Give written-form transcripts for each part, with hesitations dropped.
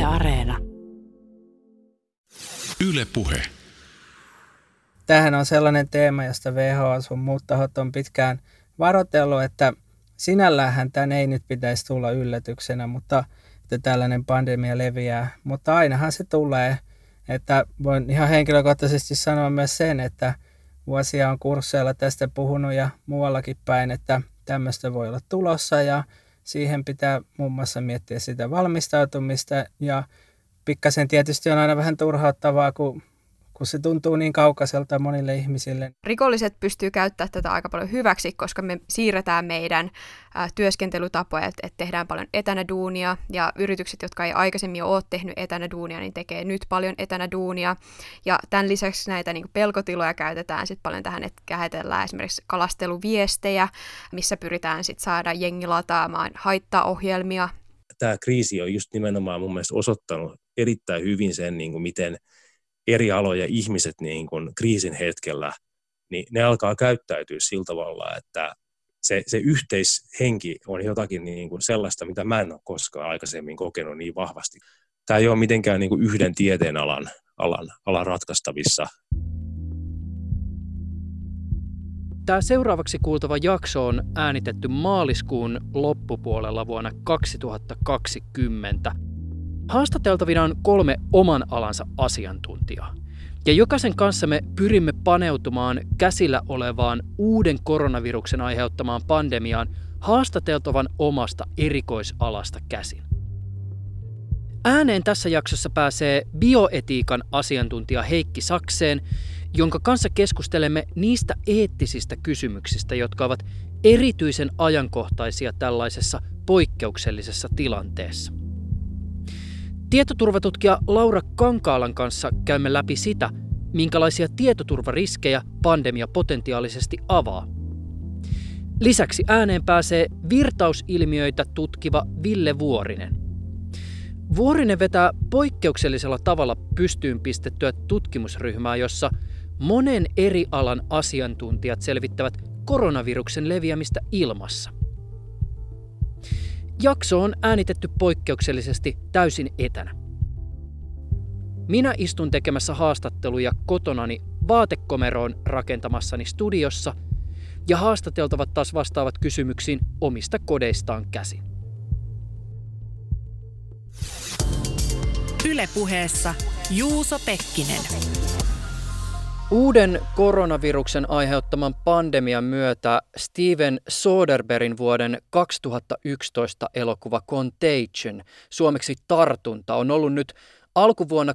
Areena. Yle Puhe. Tämähän on sellainen teema, josta WHO sun muut tahot on pitkään varoitellut, että sinälläänhän tämän ei nyt pitäisi tulla yllätyksenä, mutta että tällainen pandemia leviää. Mutta ainahan se tulee. Että voin ihan henkilökohtaisesti sanoa myös sen, että vuosia on kursseilla tästä puhunut ja muuallakin päin, että tämmöistä voi olla tulossa ja siihen pitää muun muassa miettiä sitä valmistautumista ja pikkasen tietysti on aina vähän turhauttavaa, kun se tuntuu niin kaukaiselta monille ihmisille. Rikolliset pystyy käyttämään tätä aika paljon hyväksi, koska me siirretään meidän työskentelytapoja, että tehdään paljon etänä duunia ja yritykset, jotka ei aikaisemmin ole tehnyt etänä duunia, niin tekee nyt paljon etänä duunia. Ja tämän lisäksi näitä niin kuin pelkotiloja käytetään sit paljon tähän, että kähetellään esimerkiksi kalasteluviestejä, missä pyritään sit saada jengi lataamaan haittaohjelmia. Tämä kriisi on just nimenomaan mun mielestä osoittanut erittäin hyvin sen, niin kuin miten eri aloja ihmiset niin kuin kriisin hetkellä, niin ne alkaa käyttäytyä sillä tavalla, että se yhteishenki on jotakin niin kuin sellaista, mitä mä en ole koskaan aikaisemmin kokenut niin vahvasti. Tämä ei ole mitenkään niin kuin yhden tieteenalan ratkaistavissa. Tämä seuraavaksi kuultava jakso on äänitetty maaliskuun loppupuolella vuonna 2020. Haastateltavina on 3 oman alansa asiantuntijaa. Ja jokaisen kanssa me pyrimme paneutumaan käsillä olevaan uuden koronaviruksen aiheuttamaan pandemiaan haastateltavan omasta erikoisalasta käsin. Ääneen tässä jaksossa pääsee bioetiikan asiantuntija Heikki Sakseen, jonka kanssa keskustelemme niistä eettisistä kysymyksistä, jotka ovat erityisen ajankohtaisia tällaisessa poikkeuksellisessa tilanteessa. Tietoturvatutkija Laura Kankaalan kanssa käymme läpi sitä, minkälaisia tietoturvariskejä pandemia potentiaalisesti avaa. Lisäksi ääneen pääsee virtausilmiöitä tutkiva Ville Vuorinen. Vuorinen vetää poikkeuksellisella tavalla pystyyn pistettyä tutkimusryhmää, jossa monen eri alan asiantuntijat selvittävät koronaviruksen leviämistä ilmassa. Jakso on äänitetty poikkeuksellisesti täysin etänä. Minä istun tekemässä haastatteluja kotonani vaatekomeroon rakentamassani studiossa ja haastateltavat taas vastaavat kysymyksiin omista kodeistaan käsin. Yle Puheessa Juuso Pekkinen. Uuden koronaviruksen aiheuttaman pandemian myötä Steven Soderberghin vuoden 2011 elokuva Contagion, suomeksi Tartunta, on ollut nyt alkuvuonna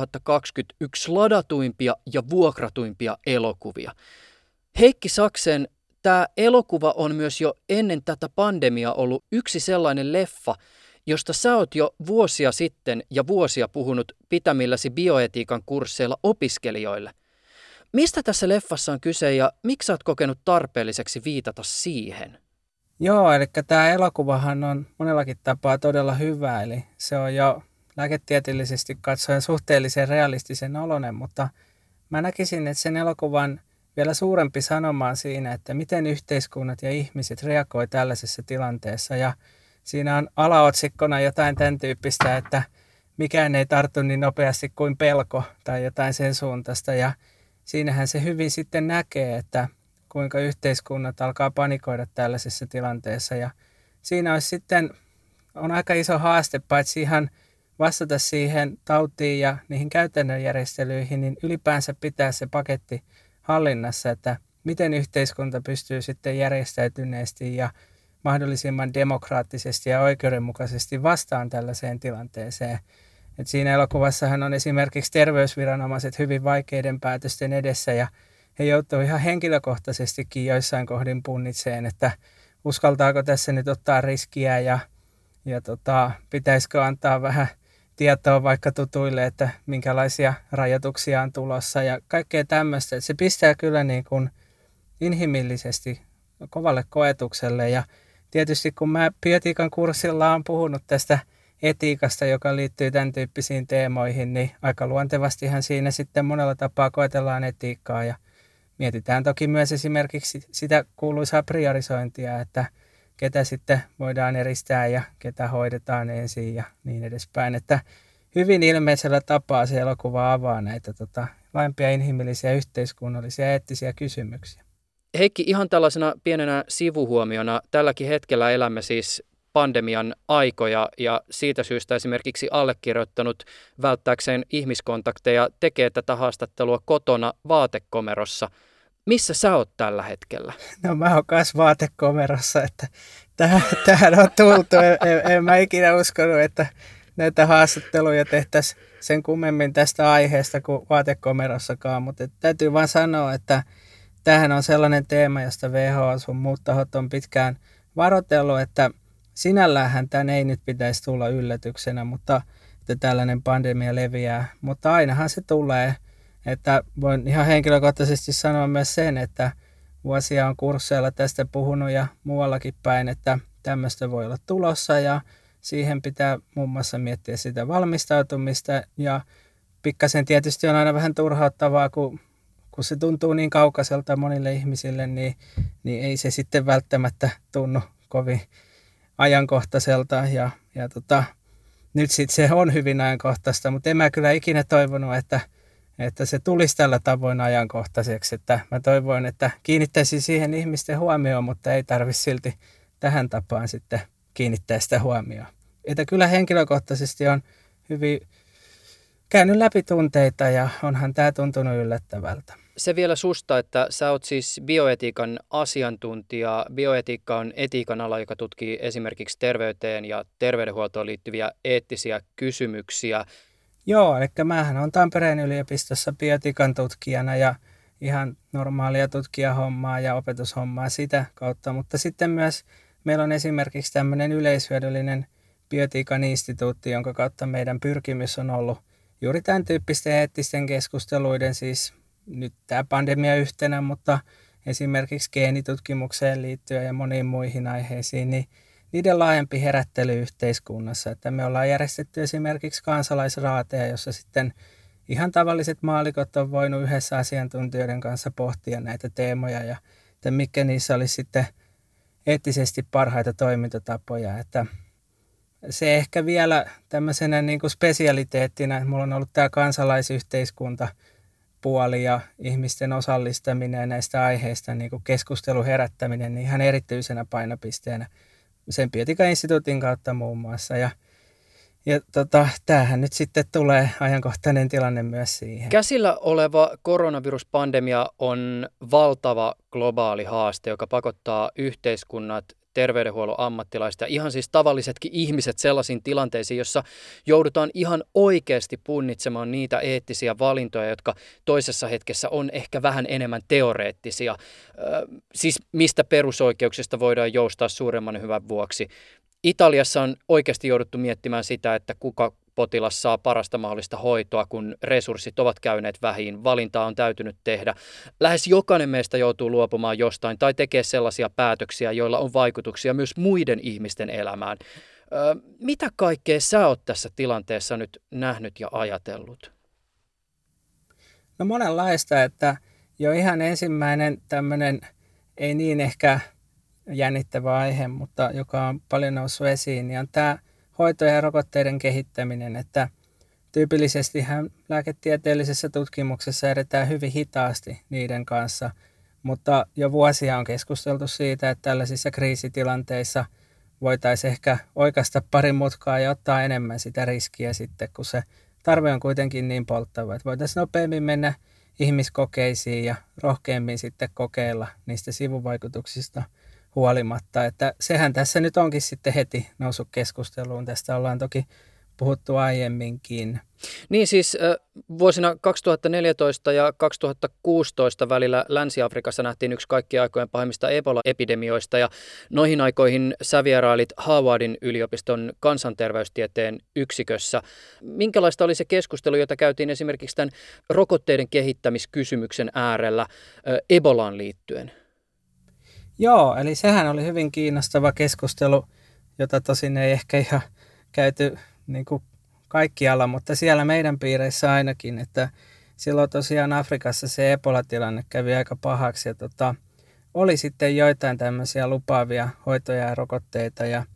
2021 ladatuimpia ja vuokratuimpia elokuvia. Heikki Saksen, tämä elokuva on myös jo ennen tätä pandemiaa ollut yksi sellainen leffa, josta sä oot jo vuosia sitten ja vuosia puhunut pitämilläsi bioetiikan kursseilla opiskelijoille. Mistä tässä leffassa on kyse ja miksi sä oot kokenut tarpeelliseksi viitata siihen? Joo, eli tämä elokuvahan on monellakin tapaa todella hyvä, eli se on jo lääketieteellisesti katsoen suhteellisen realistisen oloinen, mutta mä näkisin, että sen elokuvan vielä suurempi sanoma on siinä, että miten yhteiskunnat ja ihmiset reagoi tällaisessa tilanteessa ja siinä on alaotsikkona jotain tämän tyyppistä, että mikään ei tartu niin nopeasti kuin pelko tai jotain sen suuntaista ja siinähän se hyvin sitten näkee, että kuinka yhteiskunnat alkaa panikoida tällaisessa tilanteessa ja siinä olisi sitten, on aika iso haaste paitsi ihan vastata siihen tautiin ja niihin käytännön järjestelyihin, niin ylipäänsä pitää se paketti hallinnassa, että miten yhteiskunta pystyy sitten järjestäytyneesti ja mahdollisimman demokraattisesti ja oikeudenmukaisesti vastaan tällaiseen tilanteeseen. Et siinä elokuvassahan on esimerkiksi terveysviranomaiset hyvin vaikeiden päätösten edessä ja he joutuvat ihan henkilökohtaisestikin joissain kohdin punnitseen, että uskaltaako tässä nyt ottaa riskiä ja pitäisikö antaa vähän tietoa vaikka tutuille, että minkälaisia rajoituksia on tulossa ja kaikkea tämmöistä. Se pistää kyllä niin kuin inhimillisesti kovalle koetukselle ja tietysti kun mä bioetiikan kurssilla olen puhunut tästä etiikasta, joka liittyy tämän tyyppisiin teemoihin, niin aika luontevastihan siinä sitten monella tapaa koetellaan etiikkaa ja mietitään toki myös esimerkiksi sitä kuuluisaa priorisointia, että ketä sitten voidaan eristää ja ketä hoidetaan ensin ja niin edespäin. Että hyvin ilmeisellä tapaa se elokuva avaa näitä laajempia inhimillisiä, yhteiskunnallisia ja eettisiä kysymyksiä. Heikki, ihan tällaisena pienenä sivuhuomiona, tälläkin hetkellä elämme siis pandemian aikoja ja siitä syystä esimerkiksi allekirjoittanut välttääkseen ihmiskontakteja tekee tätä haastattelua kotona vaatekomerossa. Missä sä oot tällä hetkellä? No mä oon myös vaatekomerossa, että tähän on tultu. En mä ikinä uskonut, että näitä haastatteluja tehtäisiin sen kummemmin tästä aiheesta kuin vaatekomerossakaan, mutta täytyy vaan sanoa, että tämähän on sellainen teema, josta WHO sun muut tahot on pitkään varoitellut, että sinälläänhän tämän ei nyt pitäisi tulla yllätyksenä, mutta että tällainen pandemia leviää, mutta ainahan se tulee. Että voin ihan henkilökohtaisesti sanoa myös sen, että vuosia on kursseilla tästä puhunut ja muuallakin päin, että tämmöistä voi olla tulossa ja siihen pitää muun muassa miettiä sitä valmistautumista ja pikkasen tietysti on aina vähän turhauttavaa, kun se tuntuu niin kaukaiselta monille ihmisille, niin ei se sitten välttämättä tunnu kovin ajankohtaiselta ja nyt sitten se on hyvin ajankohtaista, mutta en mä kyllä ikinä toivonut, että se tulisi tällä tavoin ajankohtaiseksi, että mä toivoin, että kiinnittäisin siihen ihmisten huomioon, mutta ei tarvitse silti tähän tapaan sitten kiinnittää sitä huomioon. Että kyllä henkilökohtaisesti on hyvin käynyt läpi tunteita ja onhan tämä tuntunut yllättävältä. Se vielä susta, että sä oot siis bioetiikan asiantuntija. Bioetiikka on etiikan ala, joka tutkii esimerkiksi terveyteen ja terveydenhuoltoon liittyviä eettisiä kysymyksiä. Joo, eli mähän olen Tampereen yliopistossa bioetiikan tutkijana ja ihan normaalia tutkijahommaa ja opetushommaa sitä kautta, mutta sitten myös meillä on esimerkiksi tämmöinen yleishyödyllinen bioetiikan instituutti, jonka kautta meidän pyrkimys on ollut juuri tämän tyyppisten eettisten keskusteluiden, siis nyt tämä pandemia yhtenä, mutta esimerkiksi geenitutkimukseen liittyen ja moniin muihin aiheisiin, niin niiden laajempi herättely yhteiskunnassa. Että me ollaan järjestetty esimerkiksi kansalaisraateja, jossa sitten ihan tavalliset maallikot on voinut yhdessä asiantuntijoiden kanssa pohtia näitä teemoja ja että mitkä niissä olisi sitten eettisesti parhaita toimintatapoja. Että se ehkä vielä tämmöisenä niin kuin spesialiteettina, että mulla on ollut tämä kansalaisyhteiskunta puoli ja ihmisten osallistaminen näistä aiheista, niin kuin keskustelun herättäminen, niin ihan erityisenä painopisteenä sen bioetiikan instituutin kautta muun muassa. Ja tämähän nyt sitten tulee ajankohtainen tilanne myös siihen. Käsillä oleva koronaviruspandemia on valtava globaali haaste, joka pakottaa yhteiskunnat, terveydenhuollon ammattilaiset ja ihan siis tavallisetkin ihmiset sellaisiin tilanteisiin, jossa joudutaan ihan oikeasti punnitsemaan niitä eettisiä valintoja, jotka toisessa hetkessä on ehkä vähän enemmän teoreettisia. Siis mistä perusoikeuksista voidaan joustaa suuremman hyvän vuoksi. Italiassa on oikeasti jouduttu miettimään sitä, että kuka potilas saa parasta mahdollista hoitoa, kun resurssit ovat käyneet vähiin. Valintaa on täytynyt tehdä. Lähes jokainen meistä joutuu luopumaan jostain tai tekee sellaisia päätöksiä, joilla on vaikutuksia myös muiden ihmisten elämään. Mitä kaikkea sä oot tässä tilanteessa nyt nähnyt ja ajatellut? No monenlaista, että jo ihan ensimmäinen tämmöinen ei niin ehkä jännittävä aihe, mutta joka on paljon noussut esiin, niin on tämä hoito- ja rokotteiden kehittäminen, että tyypillisestihän lääketieteellisessä tutkimuksessa edetään hyvin hitaasti niiden kanssa, mutta jo vuosia on keskusteltu siitä, että tällaisissa kriisitilanteissa voitaisiin ehkä oikaista pari mutkaa ja ottaa enemmän sitä riskiä sitten, kun se tarve on kuitenkin niin polttava, että voitaisiin nopeammin mennä ihmiskokeisiin ja rohkeammin sitten kokeilla niistä sivuvaikutuksista huolimatta, että sehän tässä nyt onkin sitten heti noussut keskusteluun. Tästä ollaan toki puhuttu aiemminkin. Niin siis vuosina 2014 ja 2016 välillä Länsi-Afrikassa nähtiin yksi kaikkien aikojen pahimmista Ebola-epidemioista ja noihin aikoihin sä vierailit Howardin yliopiston kansanterveystieteen yksikössä. Minkälaista oli se keskustelu, jota käytiin esimerkiksi tämän rokotteiden kehittämiskysymyksen äärellä Ebolaan liittyen? Joo, eli sehän oli hyvin kiinnostava keskustelu, jota tosin ei ehkä ihan käyty niin kuin kaikkialla, mutta siellä meidän piireissä ainakin, että silloin tosiaan Afrikassa se Ebola-tilanne kävi aika pahaksi ja oli sitten joitain tämmöisiä lupaavia hoitoja ja rokotteita ja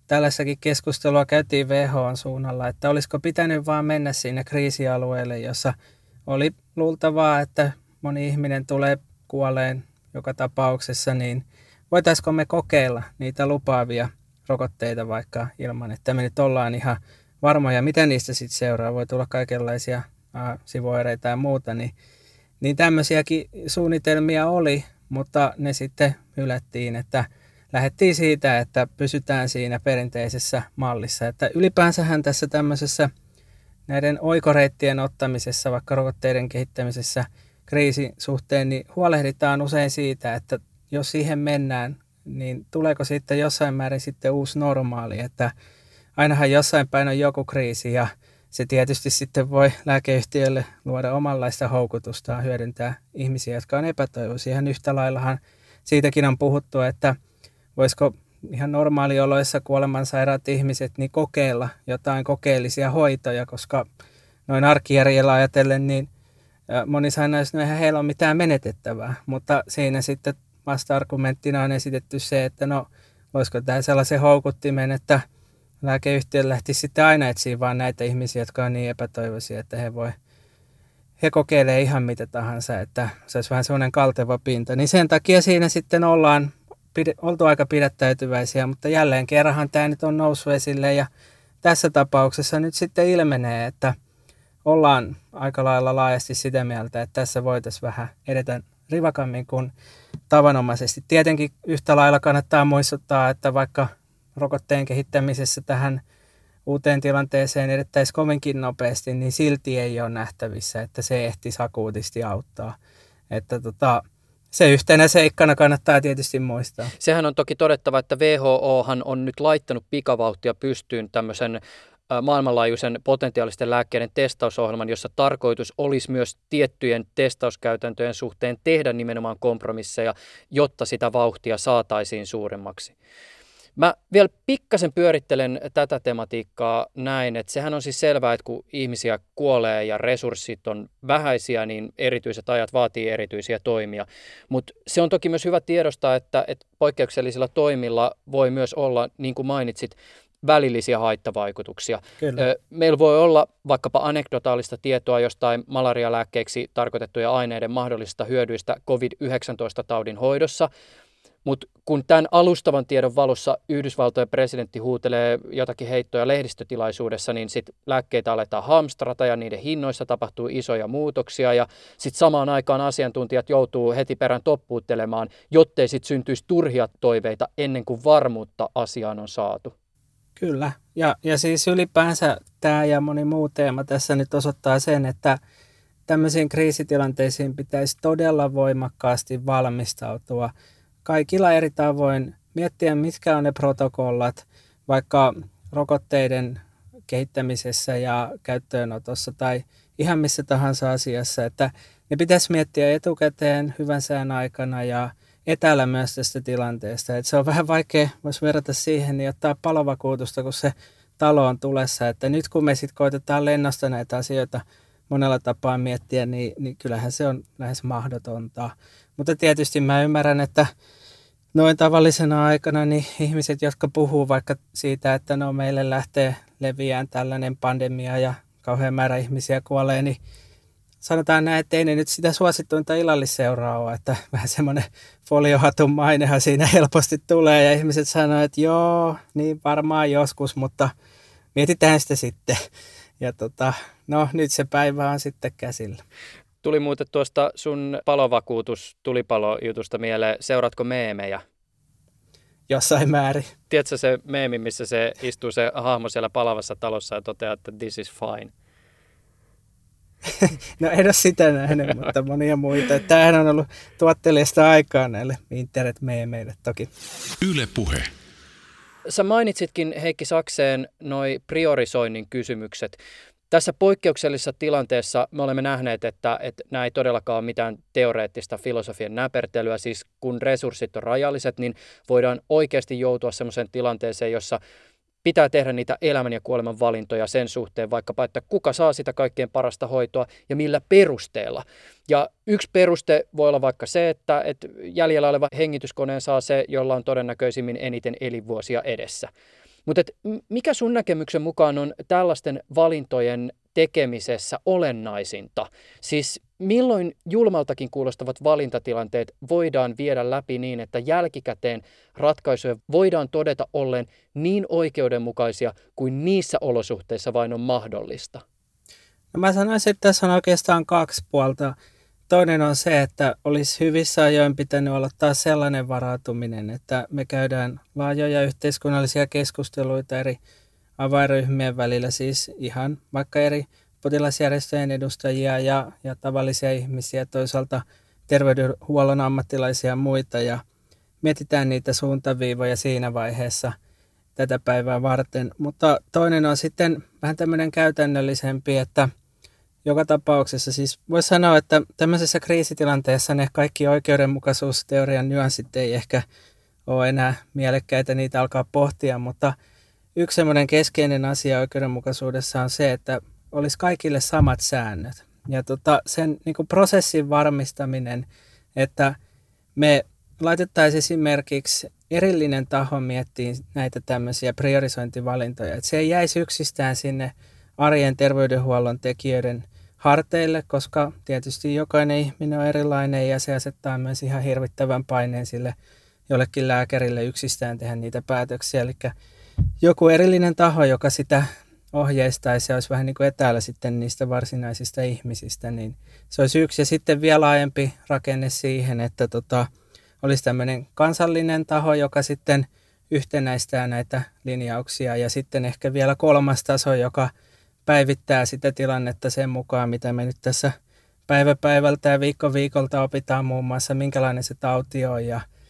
tällaisessakin keskustelua käytiin WHO:n suunnalla, että olisiko pitänyt vaan mennä sinne kriisialueelle, jossa oli luultavaa, että moni ihminen tulee kuoleen joka tapauksessa, niin voitaisiko me kokeilla niitä lupaavia rokotteita vaikka ilman, että me nyt ollaan ihan varmoja, mitä niistä sitten seuraa. Voi tulla kaikenlaisia sivuoireita ja muuta, niin tämmöisiäkin suunnitelmia oli, mutta ne sitten hylättiin, että lähdettiin siitä, että pysytään siinä perinteisessä mallissa. Että ylipäänsähän tässä tämmöisessä näiden oikoreittien ottamisessa, vaikka rokotteiden kehittämisessä kriisin suhteen, niin huolehditaan usein siitä, että jos siihen mennään, niin tuleeko sitten jossain määrin sitten uusi normaali, että ainahan jossain päin on joku kriisi ja se tietysti sitten voi lääkeyhtiölle luoda omanlaista houkutustaan hyödyntää ihmisiä, jotka on epätoivoisia. Ihan yhtä laillahan siitäkin on puhuttu, että voisiko ihan normaalioloissa kuolemansairaat ihmiset niin kokeilla jotain kokeellisia hoitoja, koska noin arkijärjellä ajatellen, niin moni sanoisi, että eihän heillä ole mitään menetettävää, mutta siinä sitten vasta-argumenttina on esitetty se, että no voisiko tämä sellaisen houkuttimen, että lääkeyhtiö lähtisi sitten aina etsiä vaan näitä ihmisiä, jotka on niin epätoivoisia, että he kokeilee ihan mitä tahansa, että se olisi vähän sellainen kalteva pinta. Niin sen takia siinä sitten ollaan oltu aika pidättäytyväisiä, mutta jälleen kerranhan tämä nyt on noussut esille ja tässä tapauksessa nyt sitten ilmenee, että ollaan aika lailla laajasti sitä mieltä, että tässä voitaisiin vähän edetä rivakammin kuin tavanomaisesti. Tietenkin yhtä lailla kannattaa muistuttaa, että vaikka rokotteen kehittämisessä tähän uuteen tilanteeseen edettäisiin kovinkin nopeasti, niin silti ei ole nähtävissä, että se ehtisi akuutisti auttaa. Että se yhtenä seikkana kannattaa tietysti muistaa. Sehän on toki todettava, että WHOhan on nyt laittanut pikavauhtia pystyyn tämmöisen maailmanlaajuisen potentiaalisten lääkkeiden testausohjelman, jossa tarkoitus olisi myös tiettyjen testauskäytäntöjen suhteen tehdä nimenomaan kompromisseja, jotta sitä vauhtia saataisiin suuremmaksi. Mä vielä pikkasen pyörittelen tätä tematiikkaa näin, että sehän on siis selvää, että kun ihmisiä kuolee ja resurssit on vähäisiä, niin erityiset ajat vaatii erityisiä toimia. Mutta se on toki myös hyvä tiedostaa, että poikkeuksellisilla toimilla voi myös olla, niin kuin mainitsit, välillisiä haittavaikutuksia. Kyllä. Meillä voi olla vaikkapa anekdotaalista tietoa jostain malarialääkkeeksi tarkoitettuja aineiden mahdollisista hyödyistä COVID-19-taudin hoidossa, mutta kun tämän alustavan tiedon valossa Yhdysvaltojen presidentti huutelee jotakin heittoja lehdistötilaisuudessa, niin sitten lääkkeitä aletaan hamstrata ja niiden hinnoissa tapahtuu isoja muutoksia ja sitten samaan aikaan asiantuntijat joutuu heti perään toppuuttelemaan, jottei sitten syntyisi turhia toiveita ennen kuin varmuutta asiaan on saatu. Kyllä, ja siis ylipäänsä tämä ja moni muu teema tässä nyt osoittaa sen, että tämmöisiin kriisitilanteisiin pitäisi todella voimakkaasti valmistautua. Kaikilla eri tavoin miettiä, mitkä on ne protokollat, vaikka rokotteiden kehittämisessä ja käyttöönotossa tai ihan missä tahansa asiassa, että ne pitäisi miettiä etukäteen hyvän sään aikana ja etäällä myös tästä tilanteesta. Että se on vähän vaikea, voisi verrata siihen, niin ottaa palovakuutusta, kun se talo on tulessa. Että nyt kun me sitten koitetaan lennosta näitä asioita monella tapaa miettiä, niin kyllähän se on lähes mahdotonta. Mutta tietysti mä ymmärrän, että noin tavallisena aikana niin ihmiset, jotka puhuu vaikka siitä, että no meille lähtee leviään tällainen pandemia ja kauhean määrä ihmisiä kuolee, niin sanotaan näin, että ei ne nyt sitä suosittuinta illallisseuraa ole, että vähän semmoinen foliohatun mainehan siinä helposti tulee ja ihmiset sanoo, että joo, niin varmaan joskus, mutta mietitään sitä sitten. Ja no nyt se päivä on sitten käsillä. Tuli muuten tuosta sun tulipalojutusta mieleen, seuraatko meemejä? Jossain määrin. Tiedätkö se meemi, missä se istuu se hahmo siellä palavassa talossa ja toteaa, että this is fine? No en ole sitä nähnyt, mutta monia muita. Tämähän on ollut tuottelijasta aikaa näille internet-meemeille toki. Yle Puhe. Sä mainitsitkin Heikki Sakseen noi priorisoinnin kysymykset. Tässä poikkeuksellisessa tilanteessa me olemme nähneet, että nämä ei todellakaan ole mitään teoreettista filosofian näpertelyä. Siis kun resurssit on rajalliset, niin voidaan oikeasti joutua sellaiseen tilanteeseen, jossa pitää tehdä niitä elämän ja kuoleman valintoja sen suhteen vaikkapa, että kuka saa sitä kaikkein parasta hoitoa ja millä perusteella. Ja yksi peruste voi olla vaikka se, että jäljellä oleva hengityskoneen saa se, jolla on todennäköisimmin eniten elinvuosia edessä. Mutta mikä sun näkemyksen mukaan on tällaisten valintojen tekemisessä olennaisinta? Siis milloin julmaltakin kuulostavat valintatilanteet voidaan viedä läpi niin, että jälkikäteen ratkaisuja voidaan todeta ollen niin oikeudenmukaisia kuin niissä olosuhteissa vain on mahdollista? No mä sanoisin, että tässä on oikeastaan kaksi puolta. Toinen on se, että olisi hyvissä ajoin pitänyt olla taas sellainen varautuminen, että me käydään laajoja yhteiskunnallisia keskusteluita eri avainryhmien välillä, siis ihan vaikka eri potilasjärjestöjen edustajia ja tavallisia ihmisiä, toisaalta terveydenhuollon ammattilaisia ja muita, ja mietitään niitä suuntaviivoja siinä vaiheessa tätä päivää varten. Mutta toinen on sitten vähän tämmöinen käytännöllisempi, että joka tapauksessa siis voisi sanoa, että tämmöisessä kriisitilanteessa ne kaikki oikeudenmukaisuusteorian nyanssit ei ehkä ole enää mielekkäitä niitä alkaa pohtia, mutta yksi semmoinen keskeinen asia oikeudenmukaisuudessa on se, että olisi kaikille samat säännöt. Ja sen niin kuin prosessin varmistaminen, että me laitettaisiin esimerkiksi erillinen taho miettiin näitä tämmöisiä priorisointivalintoja, että se ei jäisi yksistään sinne arjen terveydenhuollon tekijöiden harteille, koska tietysti jokainen ihminen on erilainen ja se asettaa myös ihan hirvittävän paineen sille jollekin lääkärille yksistään tehdä niitä päätöksiä. Eli joku erillinen taho, joka sitä ohjeistaisi ja olisi vähän niin kuin etäällä sitten niistä varsinaisista ihmisistä, niin se olisi yksi. Ja sitten vielä laajempi rakenne siihen, että olisi tämmöinen kansallinen taho, joka sitten yhtenäistää näitä linjauksia ja sitten ehkä vielä kolmas taso, joka päivittää sitä tilannetta sen mukaan, mitä me nyt tässä päivä päivältä ja viikko viikolta opitaan muun muassa, minkälainen se tauti on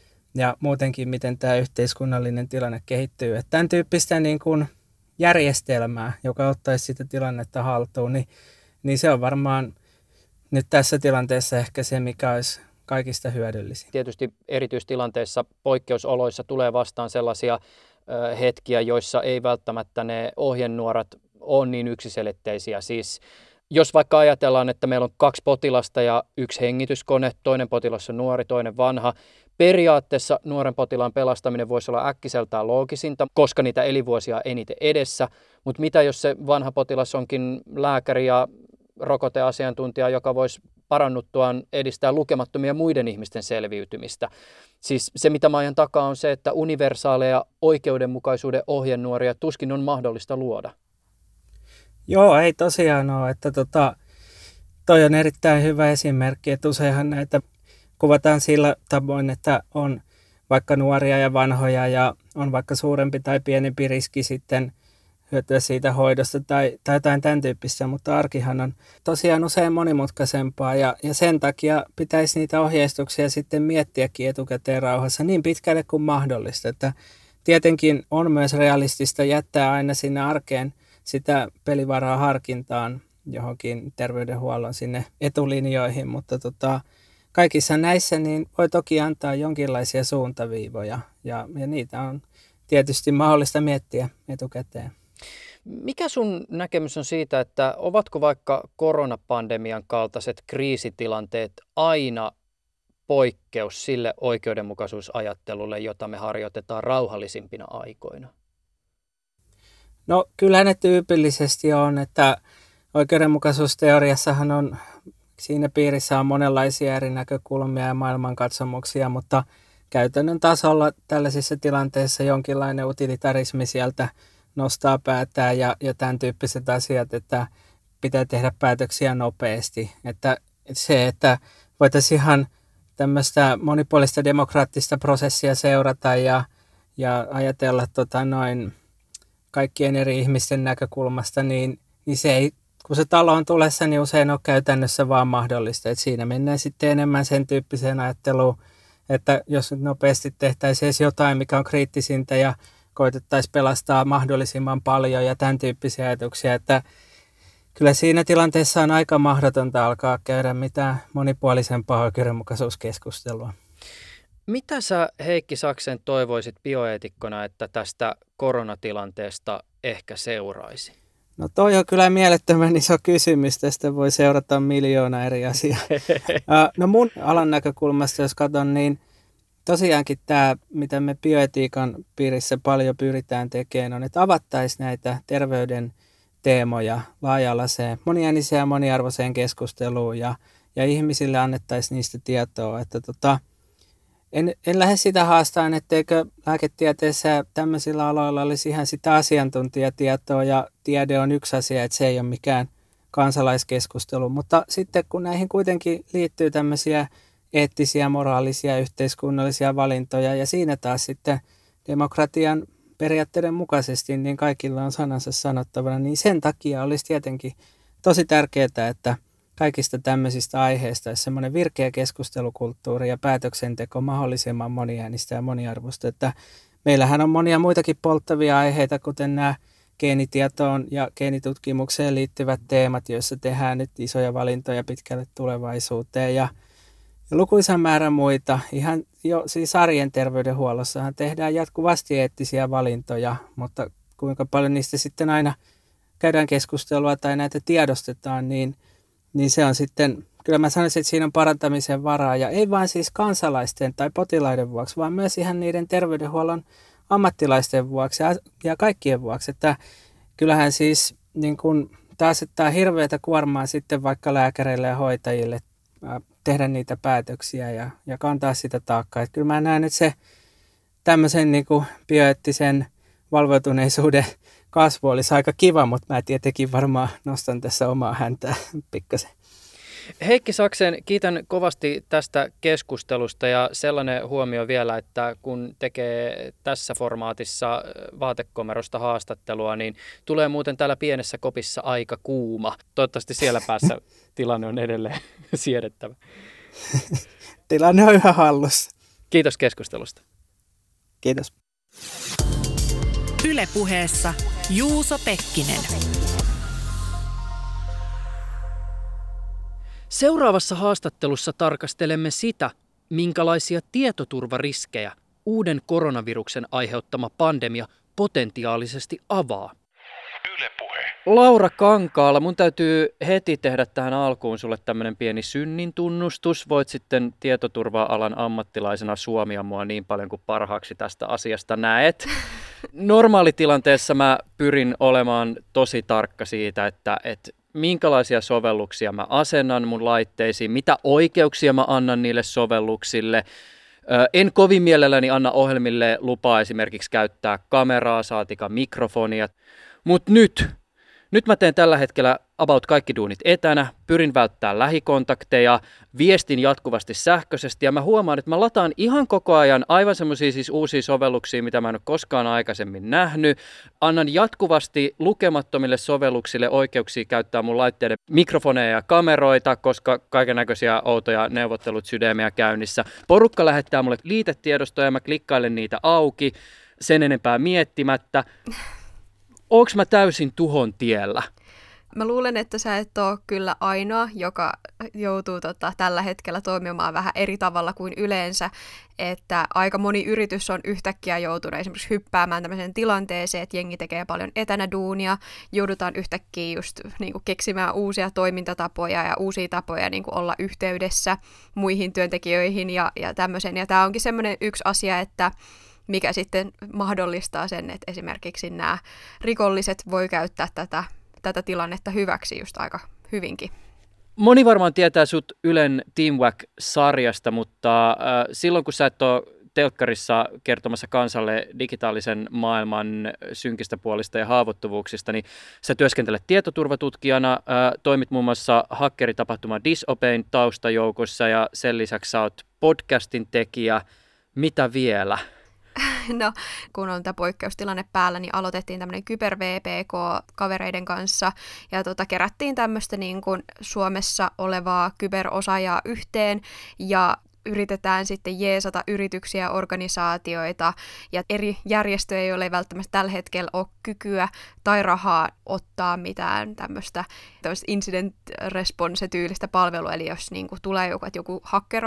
ja muutenkin, miten tämä yhteiskunnallinen tilanne kehittyy. Että tämän tyyppistä niin kuin järjestelmää, joka ottaisi sitä tilannetta haltuun, niin se on varmaan nyt tässä tilanteessa ehkä se, mikä olisi kaikista hyödyllisin. Tietysti erityistilanteissa, poikkeusoloissa tulee vastaan sellaisia hetkiä, joissa ei välttämättä ne ohjenuorat ole niin yksiselitteisiä. Siis jos vaikka ajatellaan, että meillä on 2 potilasta ja 1 hengityskone, toinen potilas on nuori, toinen vanha. Periaatteessa nuoren potilaan pelastaminen voisi olla äkkiseltään loogisinta, koska niitä elinvuosia on eniten edessä. Mutta mitä jos se vanha potilas onkin lääkäri ja rokoteasiantuntija, joka voisi parannuttuaan edistää lukemattomia muiden ihmisten selviytymistä. Siis se, mitä mä ajan takaa, on se, että universaaleja oikeudenmukaisuuden ohjenuoria tuskin on mahdollista luoda. Joo, ei tosiaan ole. Että toi on erittäin hyvä esimerkki, että useinhan näitä kuvataan sillä tavoin, että on vaikka nuoria ja vanhoja ja on vaikka suurempi tai pienempi riski sitten hyötyä siitä hoidosta tai jotain tämän tyyppistä, mutta arkihan on tosiaan usein monimutkaisempaa ja sen takia pitäisi niitä ohjeistuksia sitten miettiäkin etukäteen rauhassa niin pitkälle kuin mahdollista. Että tietenkin on myös realistista jättää aina sinne arkeen sitä pelivaraa harkintaan johonkin terveydenhuollon sinne etulinjoihin, mutta kaikissa näissä niin voi toki antaa jonkinlaisia suuntaviivoja ja niitä on tietysti mahdollista miettiä etukäteen. Mikä sun näkemys on siitä, että ovatko vaikka koronapandemian kaltaiset kriisitilanteet aina poikkeus sille oikeudenmukaisuusajattelulle, jota me harjoitetaan rauhallisimpina aikoina? No kyllä ne tyypillisesti on, että oikeudenmukaisuusteoriassahan on, siinä piirissä on monenlaisia eri näkökulmia ja maailmankatsomuksia, mutta käytännön tasolla tällaisissa tilanteissa jonkinlainen utilitarismi sieltä nostaa päätään ja tämän tyyppiset asiat, että pitää tehdä päätöksiä nopeasti. Että se, että voitaisiin ihan tämmöistä monipuolista demokraattista prosessia seurata ja ajatella kaikkien eri ihmisten näkökulmasta, niin se ei, kun se talo on tulessa, niin usein on käytännössä vaan mahdollista. Et siinä mennään sitten enemmän sen tyyppiseen ajatteluun, että jos nyt nopeasti tehtäisiin edes jotain, mikä on kriittisintä ja koitettaisiin pelastaa mahdollisimman paljon ja tämän tyyppisiä ajatuksia, että kyllä siinä tilanteessa on aika mahdotonta alkaa käydä mitään monipuolisempaa oikeudenmukaisuuskeskustelua. Mitä sä, Heikki Saksen, toivoisit bioeetikkona, että tästä koronatilanteesta ehkä seuraisi? No toi on kyllä mielettömän iso kysymys. Tästä voi seurata miljoona eri asiaa. No mun alan näkökulmasta, jos katson, niin tosiaankin tämä, mitä me bioetiikan piirissä paljon pyritään tekemään, on, että avattaisiin näitä terveyden teemoja laaja-alaiseen, moniääniseen ja moniarvoiseen keskusteluun ja ihmisille annettaisiin niistä tietoa. Että en lähde sitä haastamaan, etteikö lääketieteessä ja tämmöisillä aloilla olisi ihan sitä asiantuntijatietoa ja tiede on yksi asia, että se ei ole mikään kansalaiskeskustelu. Mutta sitten kun näihin kuitenkin liittyy tämmöisiä eettisiä, moraalisia, yhteiskunnallisia valintoja ja siinä taas sitten demokratian periaatteiden mukaisesti niin kaikilla on sanansa sanottavana, niin sen takia olisi tietenkin tosi tärkeää, että kaikista tämmöisistä aiheista olisi semmoinen virkeä keskustelukulttuuri ja päätöksenteko mahdollisimman moniäänistä ja moniarvoista. Että meillähän on monia muitakin polttavia aiheita, kuten nämä geenitietoon ja geenitutkimukseen liittyvät teemat, joissa tehdään nyt isoja valintoja pitkälle tulevaisuuteen ja lukuisan määrän muita. Ihan jo siis arjen terveydenhuollossahan tehdään jatkuvasti eettisiä valintoja, mutta kuinka paljon niistä sitten aina käydään keskustelua tai näitä tiedostetaan, niin se on sitten, kyllä mä sanoisin, että siinä on parantamisen varaa. Ja ei vain siis kansalaisten tai potilaiden vuoksi, vaan myös ihan niiden terveydenhuollon ammattilaisten vuoksi ja kaikkien vuoksi. Että kyllähän siis niin kun, tämä asettaa hirveätä kuormaa sitten vaikka lääkäreille ja hoitajille tehdä niitä päätöksiä ja kantaa sitä taakkaa. Että kyllä mä näen, että se tämmöisen niin kuin bioeettisen valveutuneisuuden kasvu olisi aika kiva, mutta mä tietenkin varmaan nostan tässä omaa häntää pikkasen. Heikki Saksen, kiitän kovasti tästä keskustelusta ja sellainen huomio vielä, että kun tekee tässä formaatissa vaatekomerosta haastattelua, niin tulee muuten täällä pienessä kopissa aika kuuma. Toivottavasti siellä päässä tilanne on edelleen siedettävä. Tilanne on yhä hallussa. Kiitos keskustelusta. Kiitos. Yle Puheessa Juuso Pekkinen. Seuraavassa haastattelussa tarkastelemme sitä, minkälaisia tietoturvariskejä uuden koronaviruksen aiheuttama pandemia potentiaalisesti avaa. Yle Puhe. Laura Kankaala, mun täytyy heti tehdä tähän alkuun sulle tämmöinen pieni synnin tunnustus. Voit sitten tietoturva-alan ammattilaisena suomia mua niin paljon kuin parhaaksi tästä asiasta näet. Normaalitilanteessa mä pyrin olemaan tosi tarkka siitä, että minkälaisia sovelluksia mä asennan mun laitteisiin, mitä oikeuksia mä annan niille sovelluksille. En kovin mielelläni anna ohjelmille lupaa esimerkiksi käyttää kameraa, saatika mikrofonia. Mutta nyt mä teen tällä hetkellä about kaikki duunit etänä, pyrin välttämään lähikontakteja, viestin jatkuvasti sähköisesti ja mä huomaan, että mä lataan ihan koko ajan aivan semmoisia siis uusia sovelluksia, mitä mä en ole koskaan aikaisemmin nähnyt. Annan jatkuvasti lukemattomille sovelluksille oikeuksia käyttää mun laitteiden mikrofoneja ja kameroita, koska kaikennäköisiä outoja neuvottelut sydämiä käynnissä. Porukka lähettää mulle liitetiedostoja ja mä klikkailen niitä auki sen enempää miettimättä. Onko mä täysin tuhon tiellä? Mä luulen, että sä et ole kyllä ainoa, joka joutuu tällä hetkellä toimimaan vähän eri tavalla kuin yleensä, että aika moni yritys on yhtäkkiä joutunut esimerkiksi hyppäämään tämmöiseen tilanteeseen, että jengi tekee paljon etänä duunia, joudutaan yhtäkkiä just niin kuin keksimään uusia toimintatapoja ja uusia tapoja niin kuin olla yhteydessä muihin työntekijöihin ja tämmöisen. Ja tämä onkin semmoinen yksi asia, että mikä sitten mahdollistaa sen, että esimerkiksi nämä rikolliset voi käyttää tätä tilannetta hyväksi just aika hyvinkin. Moni varmaan tietää sut Ylen Teamwork-sarjasta, mutta silloin kun sä et ole telkkarissa kertomassa kansalle digitaalisen maailman synkistä puolista ja haavoittuvuuksista, niin sä työskentelet tietoturvatutkijana, toimit muun muassa hakkeritapahtuma Disobeyn taustajoukossa ja sen lisäksi sä oot podcastin tekijä. Mitä vielä? No, kun on tämä poikkeustilanne päällä, niin aloitettiin tämmöinen kyber-VPK kavereiden kanssa ja kerättiin tämmöistä niin kuin Suomessa olevaa kyberosaajaa yhteen ja yritetään sitten jeesata yrityksiä ja organisaatioita ja eri järjestöjä, joilla ei välttämättä tällä hetkellä ole kykyä tai rahaa ottaa mitään tämmöistä incident response-tyylistä palvelua. Eli jos niin kuin tulee joku, että joku hakkeroi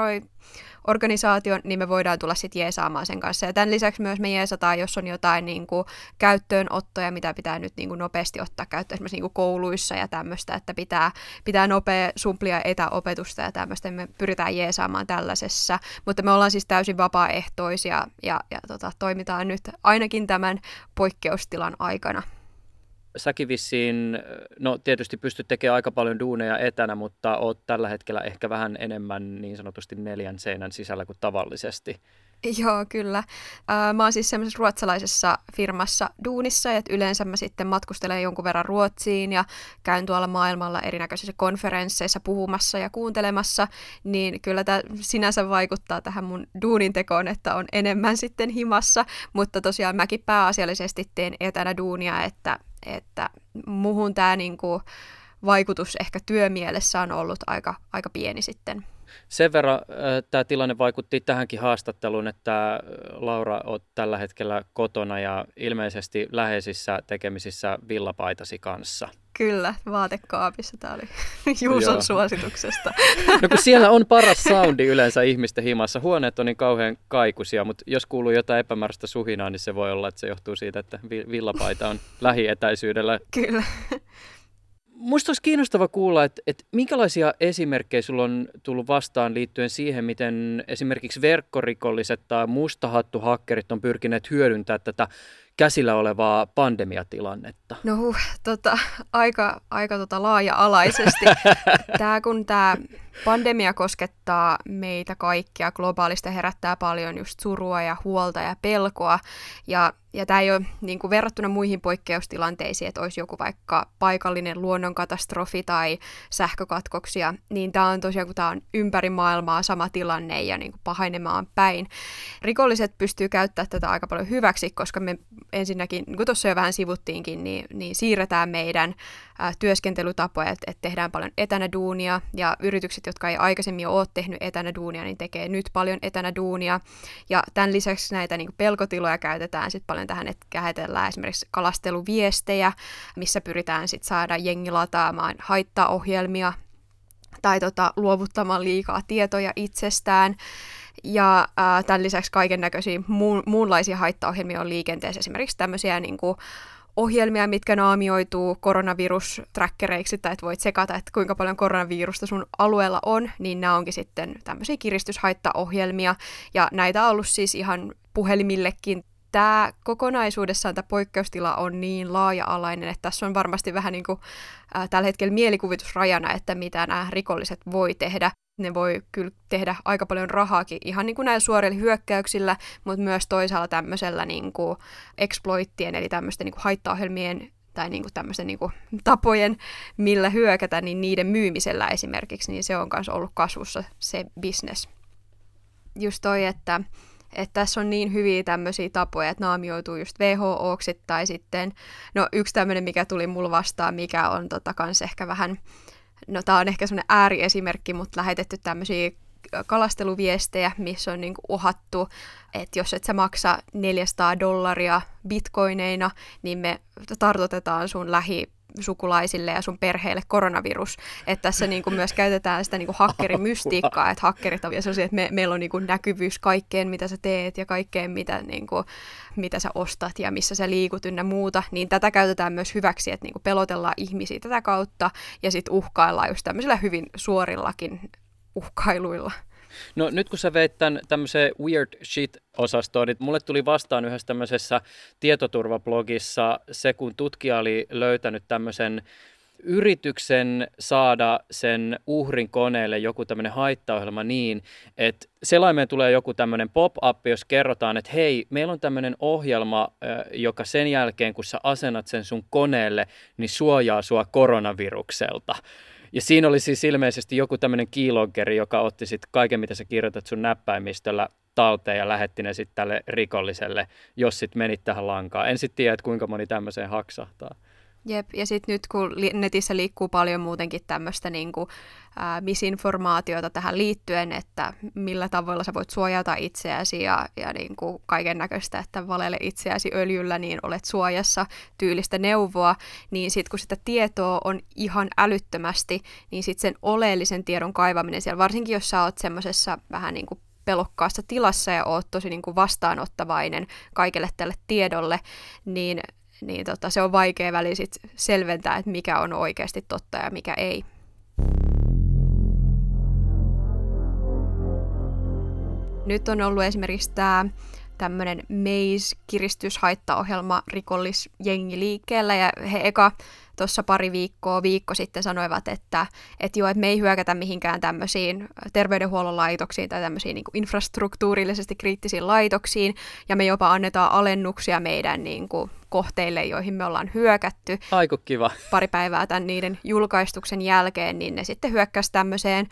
organisaation, niin me voidaan tulla sitten jeesaamaan sen kanssa. Ja tämän lisäksi myös me jeesataan, jos on jotain niin kuin käyttöönottoja, mitä pitää nyt niin kuin nopeasti ottaa käyttöön, esimerkiksi niin kuin kouluissa ja tämmöistä, että pitää nopea sumplia etäopetusta ja tämmöistä, me pyritään jeesaamaan tällaisessa. Mutta me ollaan siis täysin vapaaehtoisia ja toimitaan nyt ainakin tämän poikkeustilan aikana. Säkin vissiin, no tietysti pystyt tekemään aika paljon duuneja etänä, mutta oot tällä hetkellä ehkä vähän enemmän niin sanotusti 4 seinän sisällä kuin tavallisesti. Joo, kyllä. Mä oon siis semmoisessa ruotsalaisessa firmassa duunissa, että yleensä mä sitten matkustelen jonkun verran Ruotsiin ja käyn tuolla maailmalla erinäköisissä konferensseissa puhumassa ja kuuntelemassa, niin kyllä tämä sinänsä vaikuttaa tähän mun duunin tekoon, että on enemmän sitten himassa, mutta tosiaan mäkin pääasiallisesti teen etänä duunia, että muhun tämä niinku vaikutus ehkä työmielessä on ollut aika pieni sitten. Sen verran tämä tilanne vaikutti tähänkin haastatteluun, että Laura, olet tällä hetkellä kotona ja ilmeisesti läheisissä tekemisissä villapaitasi kanssa. Kyllä, vaatekaapissa. Tämä oli Juuson suosituksesta. No kun siellä on paras soundi yleensä ihmisten himassa. Huoneet on niin kauhean kaikuisia, mutta jos kuuluu jotain epämääräistä suhinaa, niin se voi olla, että se johtuu siitä, että villapaita on lähietäisyydellä. Kyllä. Musta olisi kiinnostava kuulla, että minkälaisia esimerkkejä sulla on tullut vastaan liittyen siihen, miten esimerkiksi verkkorikolliset tai mustahattuhakkerit on pyrkineet hyödyntämään tätä käsillä olevaa pandemiatilannetta? No aika laaja-alaisesti. Kun tämä pandemia koskettaa meitä kaikkia globaalisti, herättää paljon just surua ja huolta ja pelkoa. Ja tämä ei ole niin kuin verrattuna muihin poikkeustilanteisiin, että olisi joku vaikka paikallinen luonnonkatastrofi tai sähkökatkoksia, niin tämä on tosiaan, kun tämä on ympäri maailmaa sama tilanne ja niin kuin pahenemaan päin. Rikolliset pystyy käyttämään tätä aika paljon hyväksi, koska me ensinnäkin, niin kuin tuossa jo vähän sivuttiinkin, niin siirretään meidän työskentelytapoja, että tehdään paljon etänä duunia, ja yritykset, jotka ei aikaisemmin ole tehnyt etänä duunia, niin tekee nyt paljon etänä duunia, ja tämän lisäksi näitä niin kuin pelkotiloja käytetään sitten paljon tähän, että käsitellään esimerkiksi kalasteluviestejä, missä pyritään sitten saada jengi lataamaan haittaohjelmia tai luovuttamaan liikaa tietoja itsestään. Ja tämän lisäksi kaiken näköisiä muunlaisia haittaohjelmia on liikenteessä, esimerkiksi tämmöisiä niin kuin ohjelmia, mitkä naamioituu koronavirus-trackereiksi, tai että voit sekata, että kuinka paljon koronavirusta sun alueella on, niin nämä onkin sitten tämmöisiä kiristyshaittaohjelmia, ja näitä on ollut siis ihan puhelimillekin. Tämä kokonaisuudessaan tämä poikkeustila on niin laaja-alainen, että tässä on varmasti vähän niin kuin tällä hetkellä mielikuvitusrajana, että mitä nämä rikolliset voi tehdä. Ne voi kyllä tehdä aika paljon rahaakin ihan niin kuin näillä suorilla hyökkäyksillä, mutta myös toisaalla tämmöisellä niin kuin exploittien, eli tämmöisten niin kuin haittaohjelmien tai niin kuin tämmöisten niin kuin tapojen, millä hyökätä, niin niiden myymisellä esimerkiksi, niin se on myös ollut kasvussa se business. Just toi, että tässä on niin hyviä tämmöisiä tapoja, että naamioituu just WHO:ksi tai sitten, no yksi tämmöinen, mikä tuli mulla vastaan, mikä on kans ehkä vähän, no tää on ehkä semmoinen ääriesimerkki, mutta lähetetty tämmöisiä kalasteluviestejä, missä on niinku uhattu, että jos et sä maksa $400 bitcoineina, niin me tartutetaan sun lähisukulaisille ja sun perheelle koronavirus. Että tässä niinku myös käytetään sitä niinku hakkerimystiikkaa, että hakkerit on sellaisia, että meillä on niinku näkyvyys kaikkeen, mitä sä teet ja kaikkeen, mitä sä ostat ja missä sä liikut ynnä muuta. Niin tätä käytetään myös hyväksi, että niinku pelotellaan ihmisiä tätä kautta ja sitten uhkaillaan just tämmöisillä hyvin suorillakin uhkailuilla. No nyt kun sä veit tämän tämmöiseen weird shit-osastoon, niin mulle tuli vastaan yhdessä tämmöisessä tietoturvablogissa se, kun tutkija oli löytänyt tämmöisen yrityksen saada sen uhrin koneelle joku tämmöinen haittaohjelma niin, että selaimeen tulee joku tämmöinen pop-up, jos kerrotaan, että hei, meillä on tämmöinen ohjelma, joka sen jälkeen, kun sä asennat sen sun koneelle, niin suojaa sua koronavirukselta. Ja siinä oli siis ilmeisesti joku tämmöinen keyloggeri, joka otti sitten kaiken, mitä sä kirjoitat sun näppäimistöllä talteen ja lähetti ne sitten tälle rikolliselle, jos sitten menit tähän lankaan. En sitten tiedä, että kuinka moni tämmöiseen haksahtaa. Jep, ja sitten nyt kun netissä liikkuu paljon muutenkin tämmöistä niinku, misinformaatiota tähän liittyen, että millä tavoilla sä voit suojata itseäsi ja niinku kaiken näköistä, että valele itseäsi öljyllä, niin olet suojassa tyylistä neuvoa, niin sitten kun sitä tietoa on ihan älyttömästi, niin sitten sen oleellisen tiedon kaivaminen siellä, varsinkin jos sä oot semmoisessa vähän niin kuin pelokkaassa tilassa ja oot tosi niin kuin vastaanottavainen kaikelle tälle tiedolle, niin se on vaikea väli sit selventää, että mikä on oikeasti totta ja mikä ei. Nyt on ollut esimerkiksi tämä tämmöinen Maze-kiristyshaittaohjelma rikollisjengi liikkeellä, ja he eka tuossa viikko sitten sanoivat, että me ei hyökätä mihinkään tämmöisiin terveydenhuollon laitoksiin tai tämmöisiin niin kuin infrastruktuurillisesti kriittisiin laitoksiin, ja me jopa annetaan alennuksia meidän niin kuin kohteille, joihin me ollaan hyökätty. Aiku kiva. Pari päivää tämän niiden julkaistuksen jälkeen, niin ne sitten hyökkäsi tämmöiseen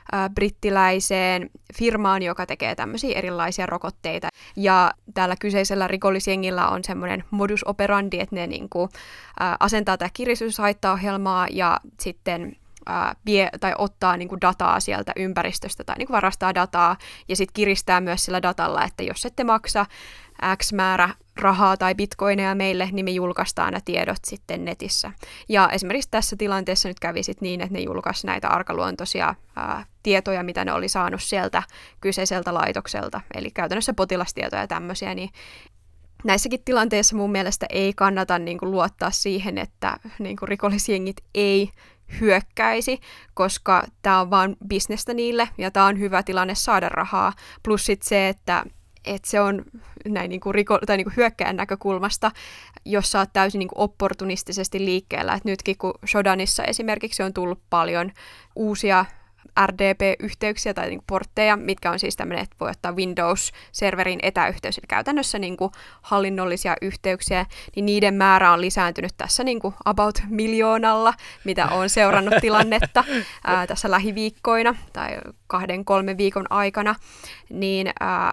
brittiläiseen firmaan, joka tekee tämmöisiä erilaisia rokotteita. Ja tällä kyseisellä rikollisjengillä on semmoinen modus operandi, että ne niin kuin, asentaa tämä kiristyshaittaohjelmaa ja sitten vie tai ottaa niin kuin dataa sieltä ympäristöstä tai niin kuin varastaa dataa ja sitten kiristää myös sillä datalla, että jos ette maksa X määrä rahaa tai bitcoineja meille, niin me julkaistaan nämä tiedot sitten netissä. Ja esimerkiksi tässä tilanteessa nyt kävi sitten niin, että ne julkaisi näitä arkaluontoisia tietoja, mitä ne oli saanut sieltä kyseiseltä laitokselta, eli käytännössä potilastietoja ja tämmöisiä, niin näissäkin tilanteissa mun mielestä ei kannata niin kuin luottaa siihen, että niin kuin rikollisjengit ei hyökkäisi, koska tämä on vaan bisnestä niille ja tämä on hyvä tilanne saada rahaa. Plus sit se, että se on näin niin kuin niin kuin hyökkäjän näkökulmasta, jos sä oot täysin niin kuin opportunistisesti liikkeellä. Et nytkin kun Shodanissa esimerkiksi on tullut paljon uusia RDP-yhteyksiä tai niin kuin portteja, mitkä on siis tämmöinen, että voi ottaa Windows-serverin etäyhteys, eli käytännössä niin kuin hallinnollisia yhteyksiä, niin niiden määrä on lisääntynyt tässä niin kuin about 1 miljoonalla, mitä on seurannut tilannetta tässä lähiviikkoina tai 2-3 viikon aikana, niin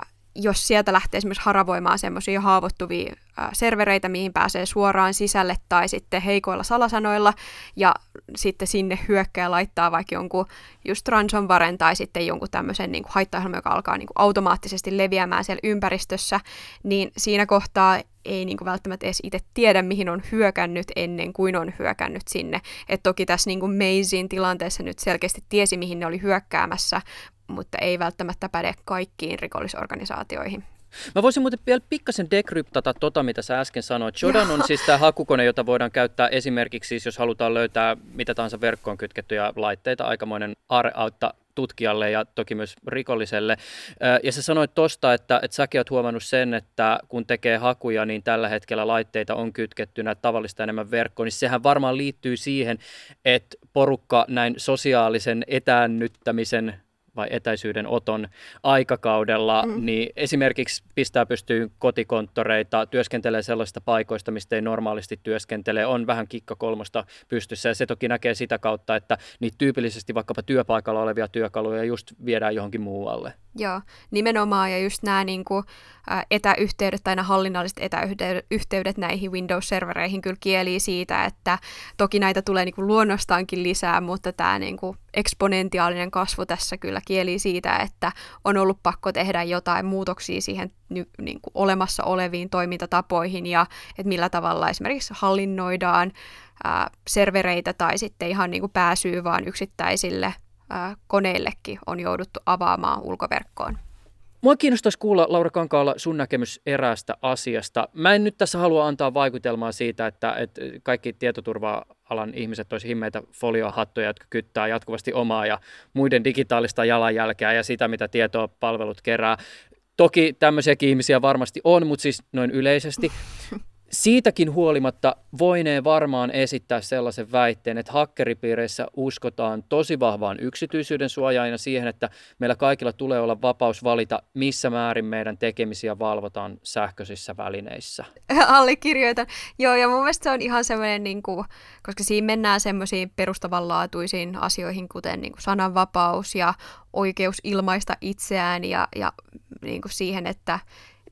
jos sieltä lähtee esimerkiksi haravoimaan semmoisia haavoittuvia servereitä, mihin pääsee suoraan sisälle tai sitten heikoilla salasanoilla, ja sitten sinne hyökkää laittaa vaikka jonkun just ransomwaren tai sitten jonkun tämmöisen niin kuin haittaohjelman, joka alkaa niin kuin automaattisesti leviämään siellä ympäristössä, niin siinä kohtaa ei niin kuin välttämättä edes itse tiedä, mihin on hyökännyt ennen kuin on hyökännyt sinne. Et toki tässä niin kuin Mazein tilanteessa nyt selkeästi tiesi, mihin ne oli hyökkäämässä, mutta ei välttämättä päde kaikkiin rikollisorganisaatioihin. Mä voisin muuten vielä pikkasen dekryptata mitä sä äsken sanoit. Shodan on siis tämä hakukone, jota voidaan käyttää esimerkiksi, jos halutaan löytää mitä tahansa verkkoon kytkettyjä laitteita, aikamoinen aarreautta tutkijalle ja toki myös rikolliselle. Ja sä sanoit tosta, että säkin oot huomannut sen, että kun tekee hakuja, niin tällä hetkellä laitteita on kytkettynä tavallista enemmän verkkoon, niin sehän varmaan liittyy siihen, että porukka näin sosiaalisen etäännyttämisen vai etäisyyden oton aikakaudella, niin esimerkiksi pistää pystyyn kotikonttoreita, työskentelee sellaisista paikoista, mistä ei normaalisti työskentele, on vähän kikkakolmosta pystyssä, ja se toki näkee sitä kautta, että niitä tyypillisesti vaikkapa työpaikalla olevia työkaluja just viedään johonkin muualle. Joo, nimenomaan, ja just nämä niin kuin, etäyhteydet tai nämä hallinnalliset etäyhteydet näihin Windows-servereihin kyllä kielii siitä, että toki näitä tulee niin kuin luonnostaankin lisää, mutta tämä niin kuin eksponentiaalinen kasvu tässä kyllä kielii siitä, että on ollut pakko tehdä jotain muutoksia siihen niin kuin olemassa oleviin toimintatapoihin ja että millä tavalla esimerkiksi hallinnoidaan servereitä tai sitten ihan niin kuin pääsyy vaan yksittäisille koneillekin on jouduttu avaamaan ulkoverkkoon. Mua kiinnostaisi kuulla, Laura Kankaala, sun näkemys eräästä asiasta. Mä en nyt tässä halua antaa vaikutelmaa siitä, että kaikki tietoturva-alan ihmiset olisi himmeitä foliohattuja, jotka kyttää jatkuvasti omaa ja muiden digitaalista jalanjälkeä ja sitä, mitä tietoa palvelut kerää. Toki tämmöisiäkin ihmisiä varmasti on, mutta siis noin yleisesti. Siitäkin huolimatta voinee varmaan esittää sellaisen väitteen, että hakkeripiireissä uskotaan tosi vahvaan yksityisyyden suojaan ja siihen, että meillä kaikilla tulee olla vapaus valita, missä määrin meidän tekemisiä valvotaan sähköisissä välineissä. Allekirjoitan. Joo, ja mun mielestä se on ihan semmoinen, niin kuin, koska siinä mennään semmoisiin perustavanlaatuisiin asioihin, kuten niin kuin sananvapaus ja oikeus ilmaista itseään ja niin kuin siihen, että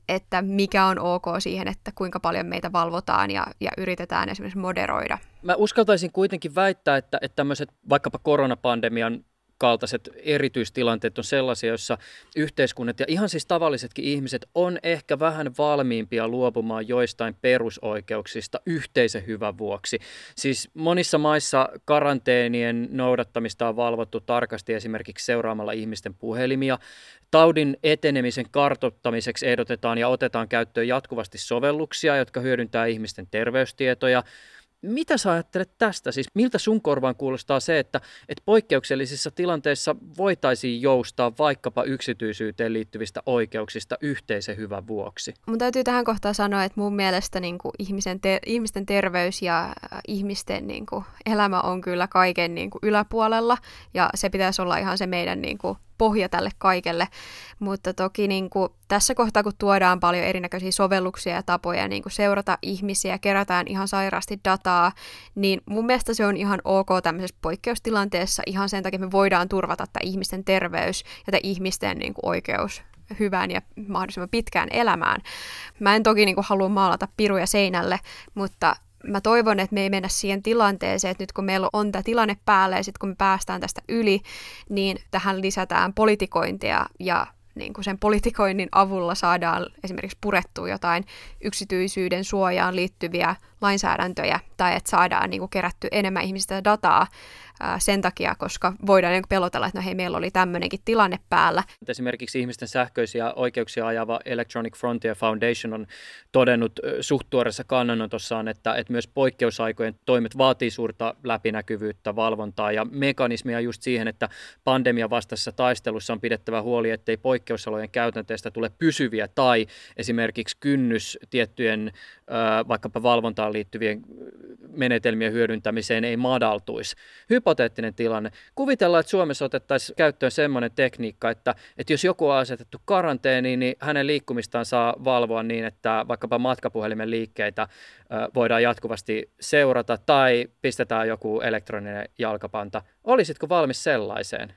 että mikä on ok siihen, että kuinka paljon meitä valvotaan ja yritetään esimerkiksi moderoida. Mä uskaltaisin kuitenkin väittää, että tämmöiset vaikkapa koronapandemian kaltaiset erityistilanteet on sellaisia, joissa yhteiskunnat ja ihan siis tavallisetkin ihmiset on ehkä vähän valmiimpia luopumaan joistain perusoikeuksista yhteisen hyvän vuoksi. Siis monissa maissa karanteenien noudattamista on valvottu tarkasti esimerkiksi seuraamalla ihmisten puhelimia. Taudin etenemisen kartoittamiseksi ehdotetaan ja otetaan käyttöön jatkuvasti sovelluksia, jotka hyödyntää ihmisten terveystietoja. Mitä sä ajattelet tästä? Siis miltä sun korvaan kuulostaa se, että poikkeuksellisissa tilanteissa voitaisiin joustaa vaikkapa yksityisyyteen liittyvistä oikeuksista yhteisen hyvän vuoksi? Mun täytyy tähän kohtaan sanoa, että mun mielestä niin kuin ihmisten terveys ja ihmisten niin kuin elämä on kyllä kaiken niin kuin yläpuolella ja se pitäisi olla ihan se meidän niin kuin pohja tälle kaikelle, mutta toki niin kuin tässä kohtaa, kun tuodaan paljon erinäköisiä sovelluksia ja tapoja niin kuin seurata ihmisiä, kerätään ihan sairaasti dataa, niin mun mielestä se on ihan ok tämmöisessä poikkeustilanteessa ihan sen takia, että me voidaan turvata tämä ihmisten terveys ja tämä ihmisten niin kuin oikeus hyvään ja mahdollisimman pitkään elämään. Mä en toki niin kuin halua maalata piruja seinälle, mutta mä toivon, että me ei mennä siihen tilanteeseen, että nyt kun meillä on tämä tilanne päällä ja sitten kun me päästään tästä yli, niin tähän lisätään politikointia ja niin kuin sen politikoinnin avulla saadaan esimerkiksi purettua jotain yksityisyyden suojaan liittyviä lainsäädäntöjä tai että saadaan niin kuin kerätty enemmän ihmistä dataa sen takia, koska voidaan niin kuin pelotella, että no hei, meillä oli tämmöinenkin tilanne päällä. Esimerkiksi ihmisten sähköisiä oikeuksia ajava Electronic Frontier Foundation on todennut suht tuoreessa kannanotossaan, että myös poikkeusaikojen toimet vaatii suurta läpinäkyvyyttä, valvontaa ja mekanismia just siihen, että pandemian vastaisessa taistelussa on pidettävä huoli, ettei poikkeusolojen käytänteistä tule pysyviä tai esimerkiksi kynnys tiettyjen vaikkapa valvontaan liittyvien menetelmien hyödyntämiseen ei madaltuisi. Hypoteettinen tilanne. Kuvitellaan, että Suomessa otettaisiin käyttöön semmoinen tekniikka, että jos joku on asetettu karanteeniin, niin hänen liikkumistaan saa valvoa niin, että vaikkapa matkapuhelimen liikkeitä voidaan jatkuvasti seurata tai pistetään joku elektroninen jalkapanta. Olisitko valmis sellaiseen?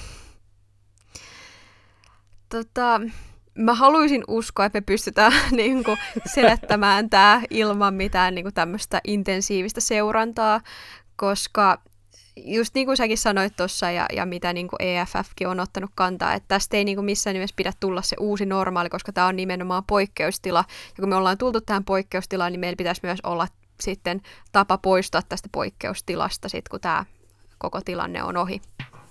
Mä haluaisin uskoa, että me pystytään niin kuin selättämään tämä ilman mitään niin kuin tämmöistä intensiivistä seurantaa, koska just niin kuin säkin sanoit tuossa ja mitä niin kuin EFFkin on ottanut kantaa, että tästä ei niin kuin missään nimessä pidä tulla se uusi normaali, koska tämä on nimenomaan poikkeustila. Ja kun me ollaan tultu tähän poikkeustilaan, niin meillä pitäisi myös olla sitten tapa poistua tästä poikkeustilasta, sit, kun tämä koko tilanne on ohi.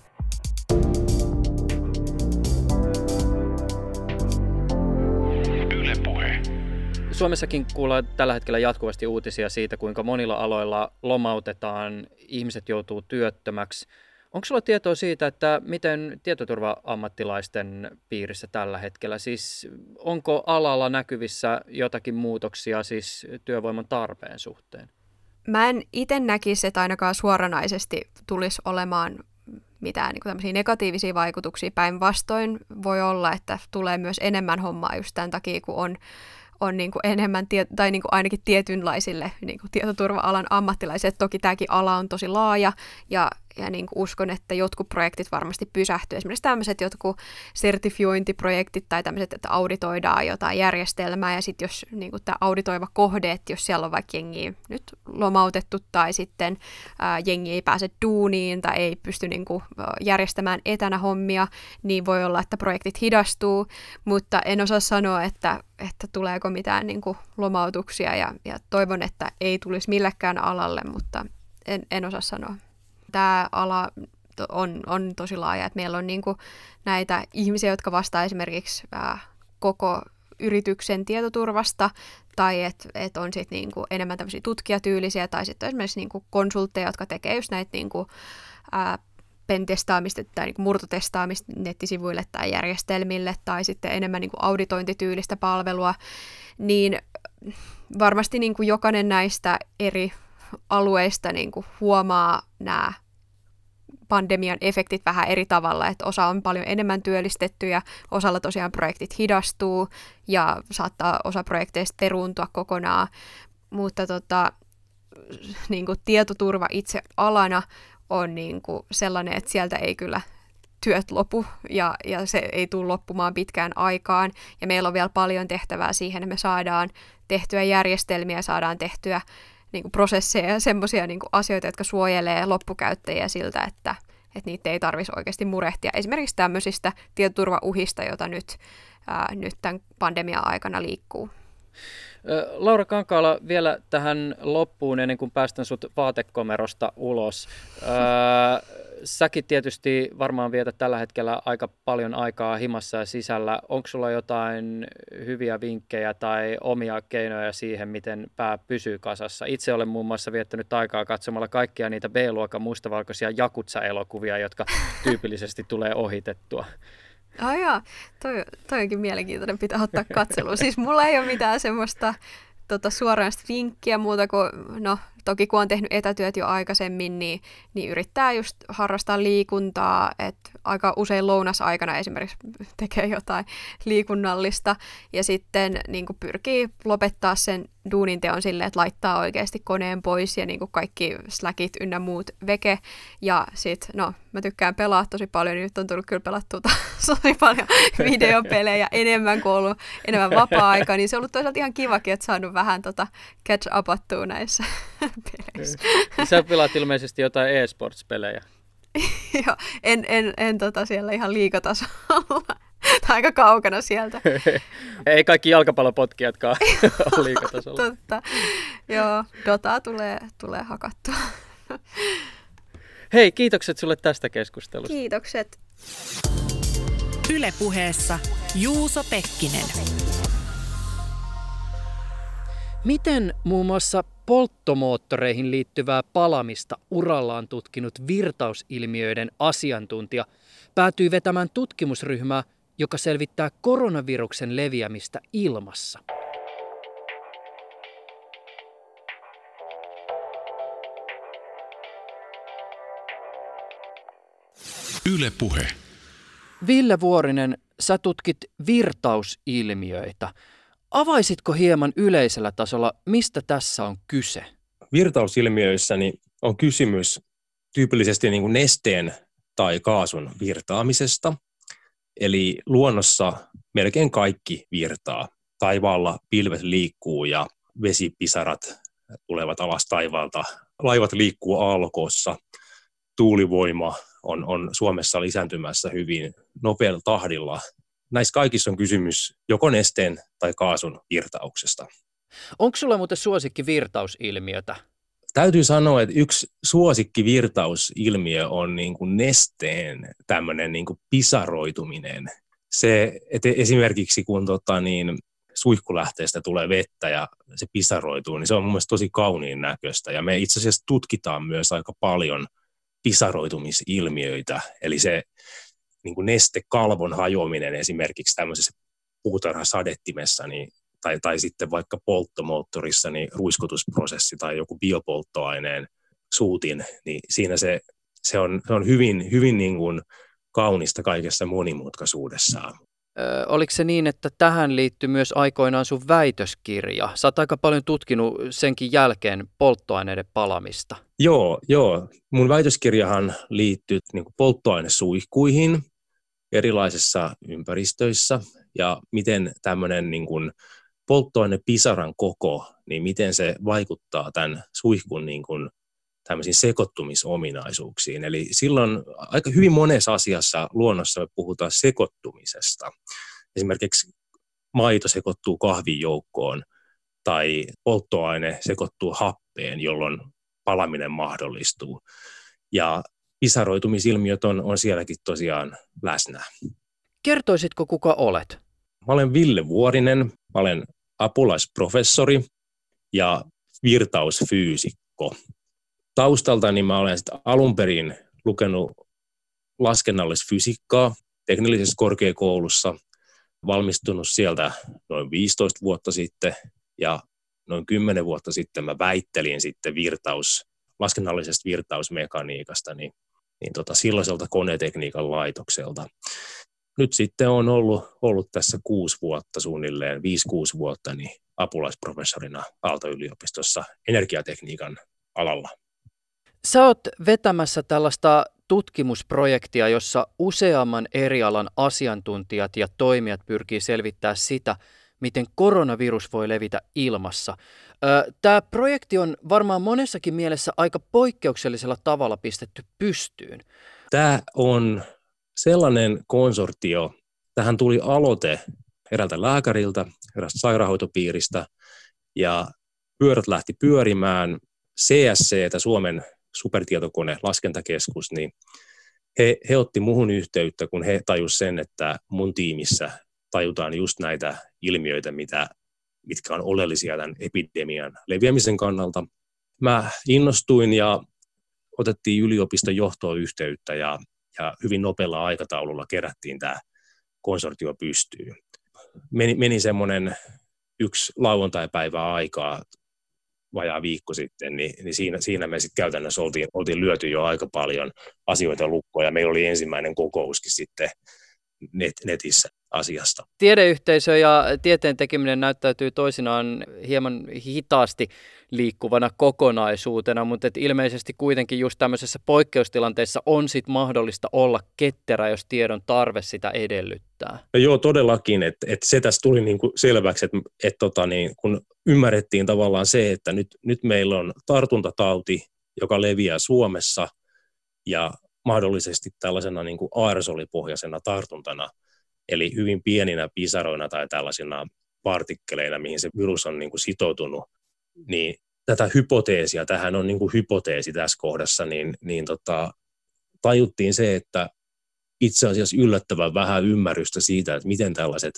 Suomessakin kuullaan tällä hetkellä jatkuvasti uutisia siitä, kuinka monilla aloilla lomautetaan, ihmiset joutuu työttömäksi. Onko sulla tietoa siitä, että miten tietoturva-ammattilaisten piirissä tällä hetkellä? Siis onko alalla näkyvissä jotakin muutoksia siis työvoiman tarpeen suhteen? Mä en itse näkisi, että ainakaan suoranaisesti tulisi olemaan mitään niin kuin tämmöisiä negatiivisia vaikutuksia. Päinvastoin voi olla, että tulee myös enemmän hommaa just tämän takia, kun on niin kuin enemmän, tai niin kuin ainakin tietynlaisille niin kuin tietoturva-alan ammattilaisille. Toki tämäkin ala on tosi laaja, ja niin kuin uskon, että jotkut projektit varmasti pysähtyy. Esimerkiksi tämmöiset jotkut sertifiointiprojektit tai tämmöiset, että auditoidaan jotain järjestelmää, ja sitten jos niin kuin tämä auditoiva kohde, että jos siellä on vaikka jengiä nyt lomautettu, tai sitten jengi ei pääse duuniin, tai ei pysty niin kuin järjestämään etänä hommia, niin voi olla, että projektit hidastuu, mutta en osaa sanoa, että tuleeko mitään niin kuin lomautuksia, ja toivon, että ei tulisi millekään alalle, mutta en osaa sanoa. Tämä ala on tosi laaja, että meillä on niin kuin näitä ihmisiä, jotka vastaa esimerkiksi koko yrityksen tietoturvasta, tai että on sitten niin kuin enemmän tämmöisiä tutkijatyylisiä, tai sitten esimerkiksi niin kuin konsultteja, jotka tekee just näitä niin kuin pentestaamista tai niin kuin murtotestaamista nettisivuille tai järjestelmille, tai sitten enemmän niin kuin auditointityylistä palvelua, niin varmasti niin kuin jokainen näistä eri alueista niin kuin huomaa nämä pandemian efektit vähän eri tavalla, että osa on paljon enemmän työllistetty ja osalla tosiaan projektit hidastuu ja saattaa osa projekteista peruuntua kokonaan, mutta niin kuin tietoturva itse alana on niin kuin sellainen, että sieltä ei kyllä työt lopu ja se ei tule loppumaan pitkään aikaan. Ja meillä on vielä paljon tehtävää siihen, että me saadaan tehtyä järjestelmiä, saadaan tehtyä niin kuin prosesseja ja semmoisia niin kuin asioita, jotka suojelee loppukäyttäjiä siltä, että niitä ei tarvitsisi oikeasti murehtia. Esimerkiksi tämmöisistä tietoturvauhista, joita nyt tämän pandemian aikana liikkuu. Laura Kankaala, vielä tähän loppuun, ennen kuin päästän sut vaatekomerosta ulos. Säkin tietysti varmaan vietät tällä hetkellä aika paljon aikaa himassa ja sisällä. Onko sulla jotain hyviä vinkkejä tai omia keinoja siihen, miten pää pysyy kasassa? Itse olen muun muassa viettänyt aikaa katsomalla kaikkia niitä B-luokan mustavalkoisia Jakutsa-elokuvia, jotka tyypillisesti tulee ohitettua. Joo, toi onkin mielenkiintoinen, pitää ottaa katseluun. Siis mulla ei ole mitään semmoista suoranaista vinkkiä muuta kuin, no toki kun on tehnyt etätyöt jo aikaisemmin, niin yrittää just harrastaa liikuntaa, että aika usein lounasaikana esimerkiksi tekee jotain liikunnallista ja sitten niin kuin pyrkii lopettaa sen duunin teon silleen, että laittaa oikeasti koneen pois ja niin kuin kaikki Slackit ynnä muut veke ja sitten, no mä tykkään pelaa tosi paljon, niin nyt on tullut kyllä pelattua tosi paljon videopelejä enemmän kuin ollut enemmän vapaa-aikaa, niin se on ollut toisaalta ihan kivakin, että saanut vähän catch upattua näissä peleissä. Sä pelaat ilmeisesti jotain e-sports-pelejä. Joo, en siellä ihan liigatasolla. Tai aika kaukana sieltä. Ei kaikki jalkapallopotkijatkaan ole liigatasolla. Totta. Joo, Dotaa tulee hakattua. Hei, kiitokset sulle tästä keskustelusta. Kiitokset. Yle Puheessa Juuso Pekkinen. Miten muun muassa polttomoottoreihin liittyvää palamista urallaan tutkinut virtausilmiöiden asiantuntija päätyi vetämään tutkimusryhmää, joka selvittää koronaviruksen leviämistä ilmassa? Yle Puhe. Ville Vuorinen, sä tutkit virtausilmiöitä. Avaisitko hieman yleisellä tasolla, mistä tässä on kyse? Virtausilmiöissä niin on kysymys tyypillisesti niin kuin nesteen tai kaasun virtaamisesta. Eli luonnossa melkein kaikki virtaa. Taivaalla pilvet liikkuu ja vesipisarat tulevat alas taivaalta. Laivat liikkuu aallokossa. Tuulivoima on Suomessa lisääntymässä hyvin nopealla tahdilla. Näissä kaikissa on kysymys joko nesteen tai kaasun virtauksesta. Onko sulla muuten suosikkivirtausilmiötä? Täytyy sanoa, että yksi suosikkivirtausilmiö on niin kuin nesteen tämmöinen niin kuin pisaroituminen. Se, että esimerkiksi kun suihkulähteestä tulee vettä ja se pisaroituu, niin se on mun mielestä tosi kauniin näköistä. Ja me itse asiassa tutkitaan myös aika paljon pisaroitumisilmiöitä, eli se niin kuin nestekalvon hajoaminen esimerkiksi tämmöisessä puutarhasadettimessa, niin, tai sitten vaikka polttomoottorissa, niin ruiskutusprosessi tai joku biopolttoaineen suutin, niin siinä se on hyvin, hyvin niin kuin kaunista kaikessa monimutkaisuudessaan. Oliko se niin, että tähän liittyy myös aikoinaan sun väitöskirja? Sä oot aika paljon tutkinut senkin jälkeen polttoaineiden palamista. Joo. Mun väitöskirjahan liittyy niin kuin polttoainesuihkuihin erilaisissa ympäristöissä ja miten tämmöinen niin kuin polttoainepisaran koko, niin miten se vaikuttaa tämän suihkun niin kuin tämmöisiin sekoittumisominaisuuksiin. Eli silloin aika hyvin monessa asiassa luonnossa me puhutaan sekoittumisesta. Esimerkiksi maito sekoittuu kahvin joukkoon tai polttoaine sekoittuu happeen, jolloin palaminen mahdollistuu. Ja pisaroitumisilmiöt on sielläkin tosiaan läsnä. Kertoisitko, kuka olet? Mä olen Ville Vuorinen, mä olen apulaisprofessori ja virtausfyysikko. Taustaltani mä olen alun perin lukenut laskennallisfysiikkaa teknillisessä korkeakoulussa, valmistunut sieltä noin 15 vuotta sitten ja noin 10 vuotta sitten mä väittelin sitten laskennallisesta virtausmekaniikasta niin silloiselta konetekniikan laitokselta. Nyt sitten on ollut tässä 6 vuotta suunnilleen, 5-6 vuotta niin apulaisprofessorina Aalto-yliopistossa energiatekniikan alalla. Sä oot vetämässä tällaista tutkimusprojektia, jossa useamman eri alan asiantuntijat ja toimijat pyrkii selvittää sitä, miten koronavirus voi levitä ilmassa. Tämä projekti on varmaan monessakin mielessä aika poikkeuksellisella tavalla pistetty pystyyn. Tämä on sellainen konsortio, tähän tuli aloite eräältä lääkäriltä, eräästä sairaanhoitopiiristä, ja pyörät lähti pyörimään. CSC, Suomen supertietokone laskentakeskus, niin he otti muhun yhteyttä, kun he tajusivat sen, että mun tiimissä tajutaan just näitä ilmiöitä, mitkä on oleellisia tämän epidemian leviämisen kannalta. Mä innostuin ja otettiin yliopiston johtoon yhteyttä ja hyvin nopealla aikataululla kerättiin tämä konsortio pystyyn. Meni semmoinen 1 lauantaipäivää aikaa, vajaa viikko sitten, niin siinä me sitten käytännössä oltiin lyöty jo aika paljon asioita lukkoon, ja meillä oli ensimmäinen kokouskin sitten netissä asiasta. Tiedeyhteisö ja tieteen tekeminen näyttäytyy toisinaan hieman hitaasti liikkuvana kokonaisuutena, mutta ilmeisesti kuitenkin just tämmöisessä poikkeustilanteessa on sit mahdollista olla ketterä, jos tiedon tarve sitä edellyttää. No joo, todellakin, että se tässä tuli niinku selväksi, että kun ymmärrettiin tavallaan se, että nyt meillä on tartuntatauti, joka leviää Suomessa ja mahdollisesti tällaisena niin kuin aerosolipohjaisena tartuntana, eli hyvin pieninä pisaroina tai tällaisina partikkeleina, mihin se virus on niin kuin sitoutunut, niin tätä hypoteesia, tähän on niin kuin hypoteesi tässä kohdassa, niin tajuttiin se, että itse asiassa yllättävän vähän ymmärrystä siitä, että miten tällaiset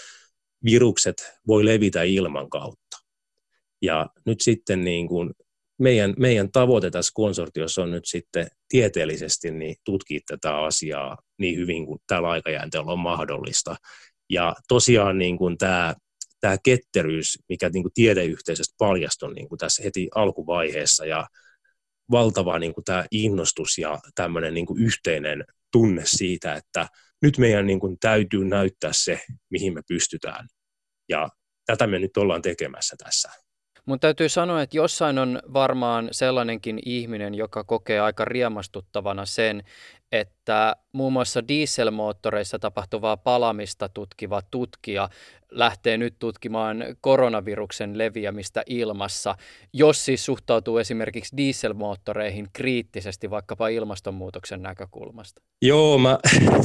virukset voi levitä ilman kautta. Ja nyt sitten niin kuin meidän tavoite tässä konsortiossa on nyt sitten tieteellisesti niin tutkia tätä asiaa niin hyvin kuin tällä aikajänteellä on mahdollista. Ja tosiaan niin kuin tämä ketteryys, mikä niin kuin tiedeyhteisöstä paljastui niin kuin tässä heti alkuvaiheessa, ja valtava niin kuin tämä innostus ja tämmöinen niin kuin yhteinen tunne siitä, että nyt meidän niin kuin täytyy näyttää se, mihin me pystytään. Ja tätä me nyt ollaan tekemässä tässä. Mun täytyy sanoa, että jossain on varmaan sellainenkin ihminen, joka kokee aika riemastuttavana sen, että muun muassa dieselmoottoreissa tapahtuvaa palamista tutkiva tutkija lähtee nyt tutkimaan koronaviruksen leviämistä ilmassa, jos siis suhtautuu esimerkiksi dieselmoottoreihin kriittisesti vaikkapa ilmastonmuutoksen näkökulmasta. Joo, mä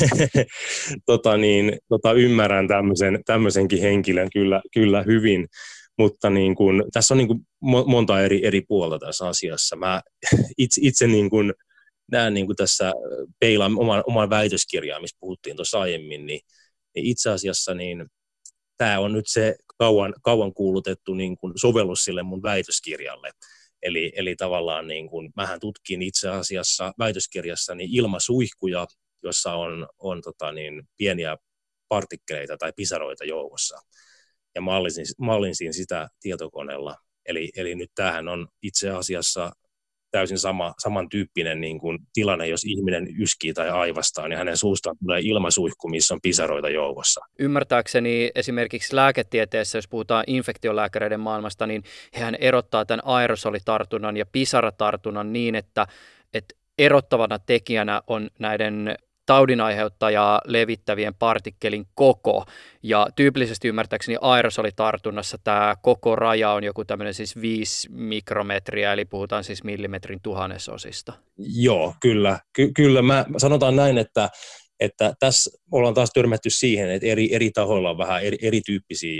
ymmärrän tämmöisenkin henkilön kyllä hyvin. Mutta niin kun, tässä on niin kun monta eri puolta tässä asiassa. Mä itse niin kun näen niin kun tässä peilaan oman väitöskirjaa, missä puhuttiin tuossa aiemmin, niin itse asiassa niin tämä on nyt se kauan kuulutettu niin kun sovellus sille mun väitöskirjalle. Eli tavallaan niin kun, mähän tutkin itse asiassa väitöskirjassani ilmasuihkuja, jossa on pieniä partikkeleita tai pisaroita joukossa. Ja mallinsin sitä tietokoneella. Eli nyt tämähän on itse asiassa täysin samantyyppinen niin kuin tilanne, jos ihminen yskii tai aivastaa, niin hänen suustaan tulee ilmasuihku, missä on pisaroita joukossa. Ymmärtääkseni esimerkiksi lääketieteessä, jos puhutaan infektiolääkäreiden maailmasta, niin hehän erottaa tämän aerosolitartunnan ja pisaratartunnan niin, että erottavana tekijänä on näiden taudinaiheuttajaa levittävien partikkelin koko, ja tyypillisesti ymmärtääkseni aerosolitartunnassa tämä koko raja on joku tämmöinen siis 5 mikrometriä, eli puhutaan siis millimetrin tuhannesosista. Joo, kyllä. Mä sanotaan näin, että tässä ollaan taas törmätty siihen, että eri tahoilla on vähän erityyppisiä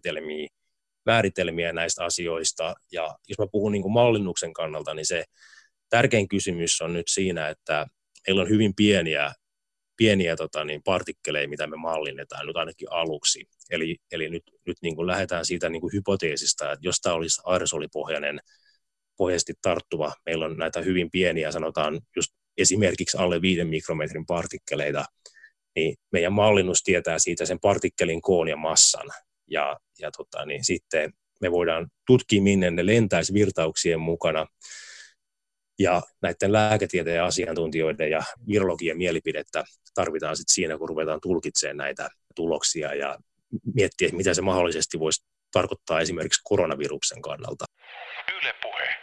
määritelmiä näistä asioista, ja jos mä puhun niin kuin mallinnuksen kannalta, niin se tärkein kysymys on nyt siinä, että meillä on hyvin pieniä partikkeleja, mitä me mallinnetaan nyt ainakin aluksi. Eli nyt niin kuin lähdetään siitä niin kuin hypoteesista, että jos tämä olisi aerosolipohjainen pohjasti tarttuva, meillä on näitä hyvin pieniä, sanotaan just esimerkiksi alle 5 mikrometrin partikkeleita, niin meidän mallinnus tietää siitä sen partikkelin koon ja massan. Ja sitten me voidaan tutkia, minne ne lentäisi virtauksien mukana. Ja näiden lääketieteen asiantuntijoiden ja virologien mielipidettä tarvitaan sitten siinä, kun ruvetaan tulkitsemaan näitä tuloksia ja miettiä, mitä se mahdollisesti voisi tarkoittaa esimerkiksi koronaviruksen kannalta. Yle Puhe.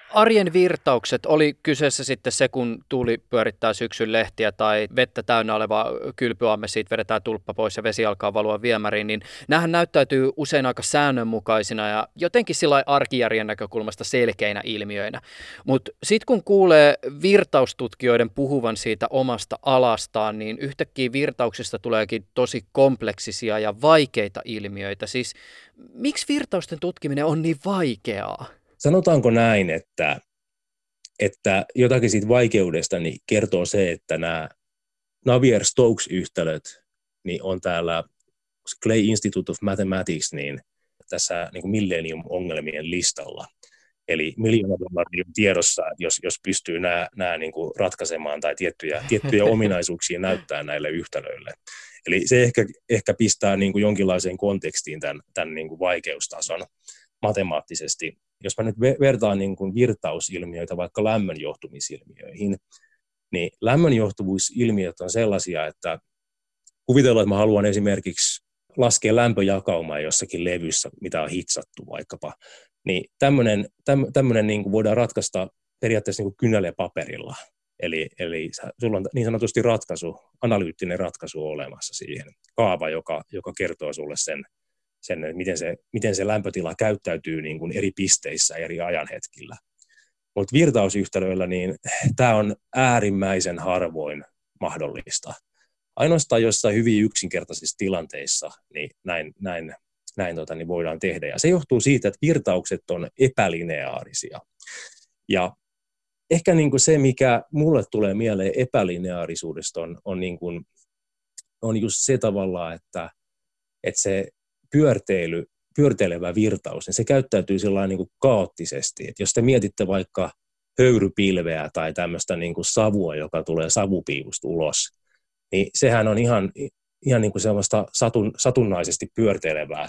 Arjen virtaukset, oli kyseessä sitten se, kun tuuli pyörittää syksyn lehtiä tai vettä täynnä oleva kylpyamme, siitä vedetään tulppa pois ja vesi alkaa valua viemäriin, niin näähän näyttäytyy usein aika säännönmukaisina ja jotenkin sillä arkijärjen näkökulmasta selkeinä ilmiöinä. Mutta sitten kun kuulee virtaustutkijoiden puhuvan siitä omasta alastaan, niin yhtäkkiä virtauksista tuleekin tosi kompleksisia ja vaikeita ilmiöitä. Siis miksi virtausten tutkiminen on niin vaikeaa? Sanotaanko näin, että jotakin siitä vaikeudesta niin kertoo se, että nämä Navier-Stokes-yhtälöt niin on täällä Clay Institute of Mathematics niin tässä niin kuin Millennium-ongelmien listalla. Eli $1 miljoonaa on tiedossa, että jos pystyy nämä niin kuin ratkaisemaan tai tiettyjä ominaisuuksia näyttää näille yhtälöille. Eli se ehkä pistää niin kuin jonkinlaiseen kontekstiin tämän niin kuin vaikeustason matemaattisesti. Jos mä nyt vertaan niin kuin virtausilmiöitä vaikka lämmönjohtumisilmiöihin, niin lämmönjohtuvuusilmiöt on sellaisia, että kuvitellaan, että mä haluan esimerkiksi laskea lämpöjakaumaa jossakin levyssä, mitä on hitsattu vaikkapa, niin tämmöinen niin kuin voidaan ratkaista periaatteessa niin kuin kynälepaperilla. Eli sulla on niin sanotusti analyyttinen ratkaisu olemassa siihen, kaava, joka kertoo sulle sen miten se lämpötila käyttäytyy niin kuin eri pisteissä eri ajanhetkillä. Mutta virtausyhtälöillä niin tämä on äärimmäisen harvoin mahdollista. Ainoastaan jossain hyvin yksinkertaisissa tilanteissa niin näin voidaan tehdä. Ja se johtuu siitä, että virtaukset on epälineaarisia. Ja ehkä niin kuin se, mikä mulle tulee mieleen epälineaarisuudesta, on just se tavallaan, että se pyörteilevä virtaus, niin se käyttäytyy sellainen niin kuin kaoottisesti. Et jos te mietitte vaikka höyrypilveä tai tämmöistä niin kuin savua, joka tulee savupiipusta ulos, niin sehän on ihan niin kuin sellaista satunnaisesti pyörteilevää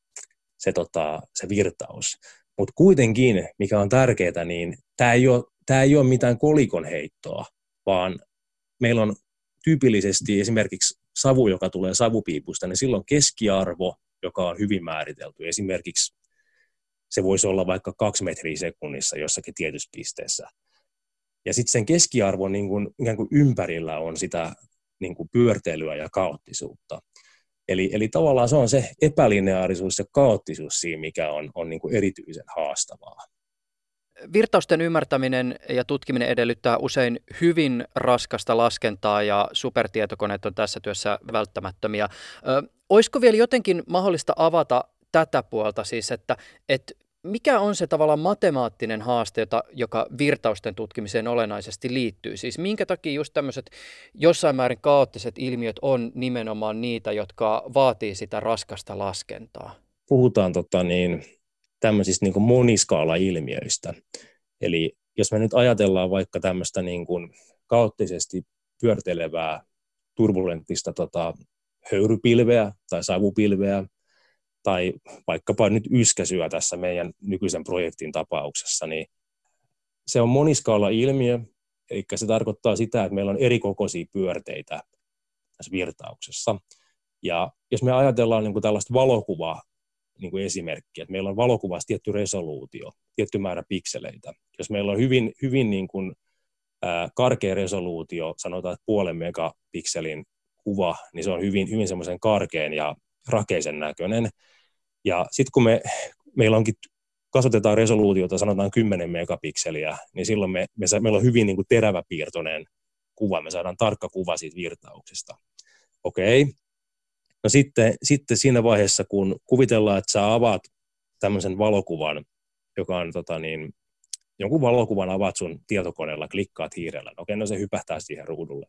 se virtaus. Mutta kuitenkin, mikä on tärkeää, niin tämä ei ole mitään kolikon heittoa, vaan meillä on tyypillisesti esimerkiksi savu, joka tulee savupiipusta, niin silloin keskiarvo, joka on hyvin määritelty. Esimerkiksi se voisi olla vaikka 2 metriä sekunnissa jossakin tietyssä pisteessä. Ja sitten sen keskiarvon ikään kuin ympärillä on sitä niin kuin pyörteilyä ja kaoottisuutta. Eli tavallaan se on se epälineaarisuus ja kaoottisuus siinä, mikä on niin kuin erityisen haastavaa. Virtausten ymmärtäminen ja tutkiminen edellyttää usein hyvin raskasta laskentaa ja supertietokoneet on tässä työssä välttämättömiä. Olisiko vielä jotenkin mahdollista avata tätä puolta siis, että mikä on se tavallaan matemaattinen haaste, joka virtausten tutkimiseen olennaisesti liittyy? Siis minkä takia just tämmöiset jossain määrin kaoottiset ilmiöt on nimenomaan niitä, jotka vaatii sitä raskasta laskentaa? Puhutaan tämmöisistä niin kuin moniskaala-ilmiöistä. Eli jos me nyt ajatellaan vaikka tämmöistä niin kuin kaoottisesti pyörtelevää turbulenttista höyrypilveä tai savupilveä, tai vaikkapa nyt yskäsyä tässä meidän nykyisen projektin tapauksessa, niin se on moniskaala-ilmiö, eli se tarkoittaa sitä, että meillä on erikokoisia pyörteitä tässä virtauksessa. Ja jos me ajatellaan niin kuin tällaista valokuvaa, niin kuin esimerkkiä, että meillä on valokuvassa tietty resoluutio, tietty määrä pikseleitä. Jos meillä on hyvin niin kuin, karkea resoluutio, sanotaan, että 0,5 megapikselin kuva, niin se on hyvin semmoisen karkean ja rakeisen näköinen. Ja sitten kun meillä kasvatetaan resoluutiota, sanotaan 10 megapikseliä, niin silloin meillä on hyvin niin kuin teräväpiirtoinen kuva, me saadaan tarkka kuva siitä virtauksesta. Okei. No sitten siinä vaiheessa, kun kuvitellaan, että sä avaat tämmöisen valokuvan, joka on jonkun valokuvan avaat sun tietokoneella, klikkaat hiirellä, no se hypähtää siihen ruudulle.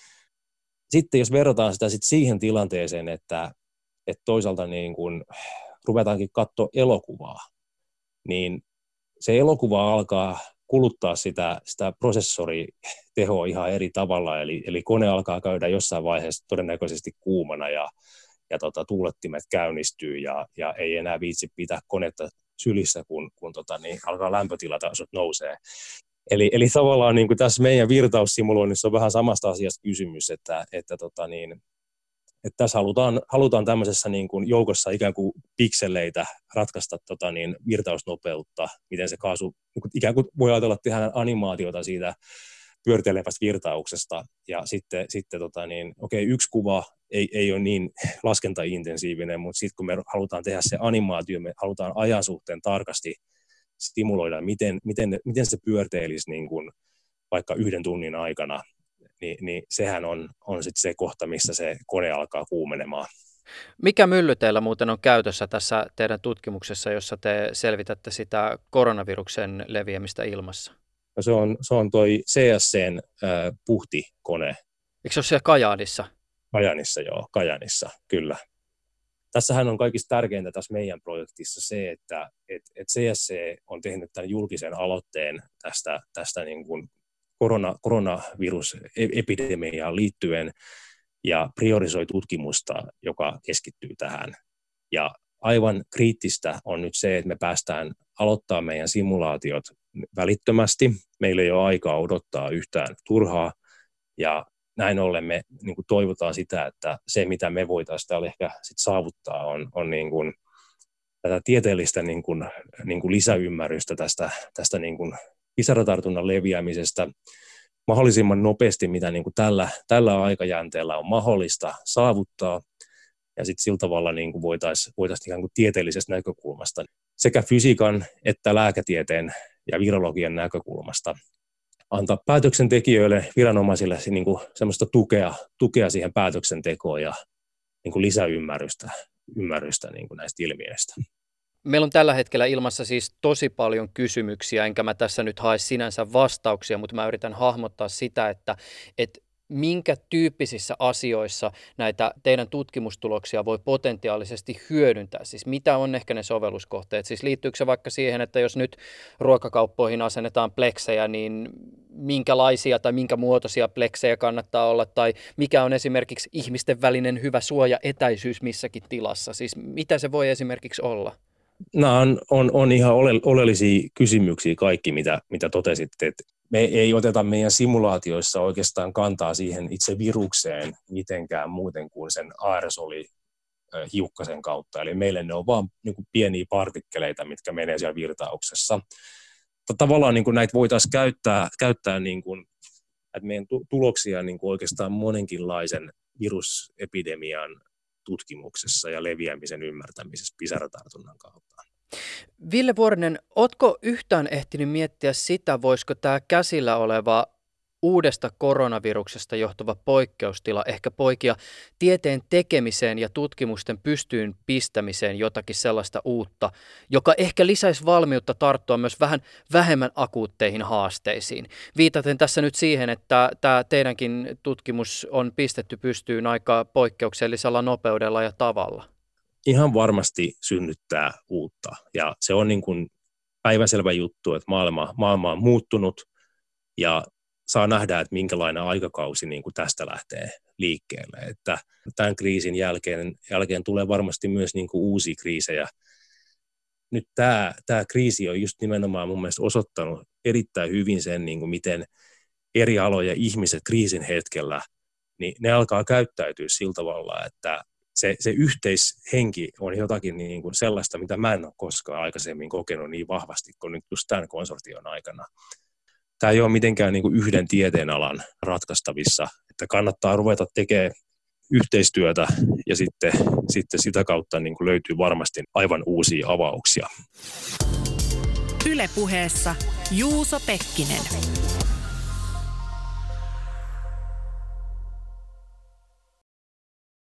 Sitten jos verrataan sitä siihen tilanteeseen, että toisaalta niin kun ruvetaankin katsoa elokuvaa, niin se elokuva alkaa kuluttaa sitä prosessoritehoa ihan eri tavalla, eli kone alkaa käydä jossain vaiheessa todennäköisesti kuumana ja tuulettimet käynnistyy ja ei enää viitsi pitää konetta sylissä, kun alkaa lämpötilatasot nousee. Eli tavallaan niin kuin tässä meidän virtaussimuloinnissa on vähän samasta asiasta kysymys, että Että tässä halutaan tämmöisessä niin kuin joukossa ikään kuin pikseleitä ratkaista virtausnopeutta, miten se kaasu, ikään kuin voi ajatella, että tehdään animaatiota siitä pyöritelevästä virtauksesta, ja sitten yksi kuva ei ole niin laskentaintensiivinen, mutta sitten kun me halutaan tehdä se animaatio, me halutaan ajan suhteen tarkasti stimuloida, miten se pyörteilisi niin kuin vaikka 1 tunnin aikana, niin sehän on sitten se kohta, missä se kone alkaa kuumenemaan. Mikä mylly teillä muuten on käytössä tässä teidän tutkimuksessa, jossa te selvitätte sitä koronaviruksen leviämistä ilmassa? No se on toi CSC:n puhtikone. Eikö se ole siellä Kajaanissa? Kajaanissa, kyllä. Tässähän on kaikista tärkeintä tässä meidän projektissa se, että CSC on tehnyt tämän julkisen aloitteen tästä niin kuin koronavirusepidemiaan liittyen ja priorisoi tutkimusta, joka keskittyy tähän. Ja aivan kriittistä on nyt se, että me päästään aloittaa meidän simulaatiot välittömästi. Meillä ei ole aikaa odottaa yhtään turhaa, ja näin ollen me niin kuin toivotaan sitä, että se, mitä me voitaisiin täällä ehkä sit saavuttaa, on niin kuin tätä tieteellistä niin kuin lisäymmärrystä tästä niin kuin pisaratartunnan leviämisestä mahdollisimman nopeasti, mitä niin kuin tällä aikajänteellä on mahdollista saavuttaa, ja sitten sillä tavalla niin kuin voitaisiin ikään kuin tieteellisestä näkökulmasta sekä fysiikan että lääketieteen ja virologian näkökulmasta antaa päätöksentekijöille, viranomaisille niin kuin semmoista tukea siihen päätöksentekoon ja niin kuin lisäymmärrystä niin kuin näistä ilmiöistä. Meillä on tällä hetkellä ilmassa siis tosi paljon kysymyksiä, enkä mä tässä nyt hae sinänsä vastauksia, mutta mä yritän hahmottaa sitä, että minkä tyyppisissä asioissa näitä teidän tutkimustuloksia voi potentiaalisesti hyödyntää? Siis mitä on ehkä ne sovelluskohteet? Siis liittyykö se vaikka siihen, että jos nyt ruokakauppoihin asennetaan pleksejä, niin minkälaisia tai minkä muotoisia pleksejä kannattaa olla? Tai mikä on esimerkiksi ihmisten välinen hyvä suojaetäisyys missäkin tilassa? Siis mitä se voi esimerkiksi olla? Nämä on ihan oleellisia kysymyksiä kaikki, mitä totesitte. Me ei oteta meidän simulaatioissa oikeastaan kantaa siihen itse virukseen mitenkään muuten kuin sen aerosolihiukkasen kautta. Eli meille ne on vaan niin kuin pieniä partikkeleita, mitkä menee siellä virtauksessa. Tavallaan niin kuin näitä voitaisiin käyttää niin kuin, että meidän tuloksia niin kuin oikeastaan monenkinlaisen virusepidemian tutkimuksessa ja leviämisen ymmärtämisessä pisaratartunnan kautta. Ville Vuorinen, ootko yhtään ehtinyt miettiä sitä, voisiko tämä käsillä oleva uudesta koronaviruksesta johtuva poikkeustila ehkä poikia tieteen tekemiseen ja tutkimusten pystyyn pistämiseen jotakin sellaista uutta, joka ehkä lisäisi valmiutta tarttua myös vähän vähemmän akuutteihin haasteisiin? Viitaten tässä nyt siihen, että tämä teidänkin tutkimus on pistetty pystyyn aika poikkeuksellisella nopeudella ja tavalla. Ihan varmasti synnyttää uutta, ja se on niin kuin päivänselvä juttu, että maailma on muuttunut, ja saa nähdä, että minkälainen aikakausi niin kuin tästä lähtee liikkeelle. Että tämän kriisin jälkeen tulee varmasti myös niin kuin uusia kriisejä. Nyt tämä kriisi on just nimenomaan mun mielestä osoittanut erittäin hyvin sen, niin kuin miten eri aloja ihmiset kriisin hetkellä, niin ne alkaa käyttäytyä sillä tavalla, että se yhteishenki on jotakin niin kuin sellaista, mitä mä en ole koskaan aikaisemmin kokenut niin vahvasti kuin nyt just tämän konsortion aikana. Tämä ei ole mitenkään niin kuin yhden tieteenalan ratkaistavissa, että kannattaa ruveta tekemään yhteistyötä ja sitten sitä kautta niin kuin löytyy varmasti aivan uusia avauksia. Yle Puheessa Juuso Pekkinen.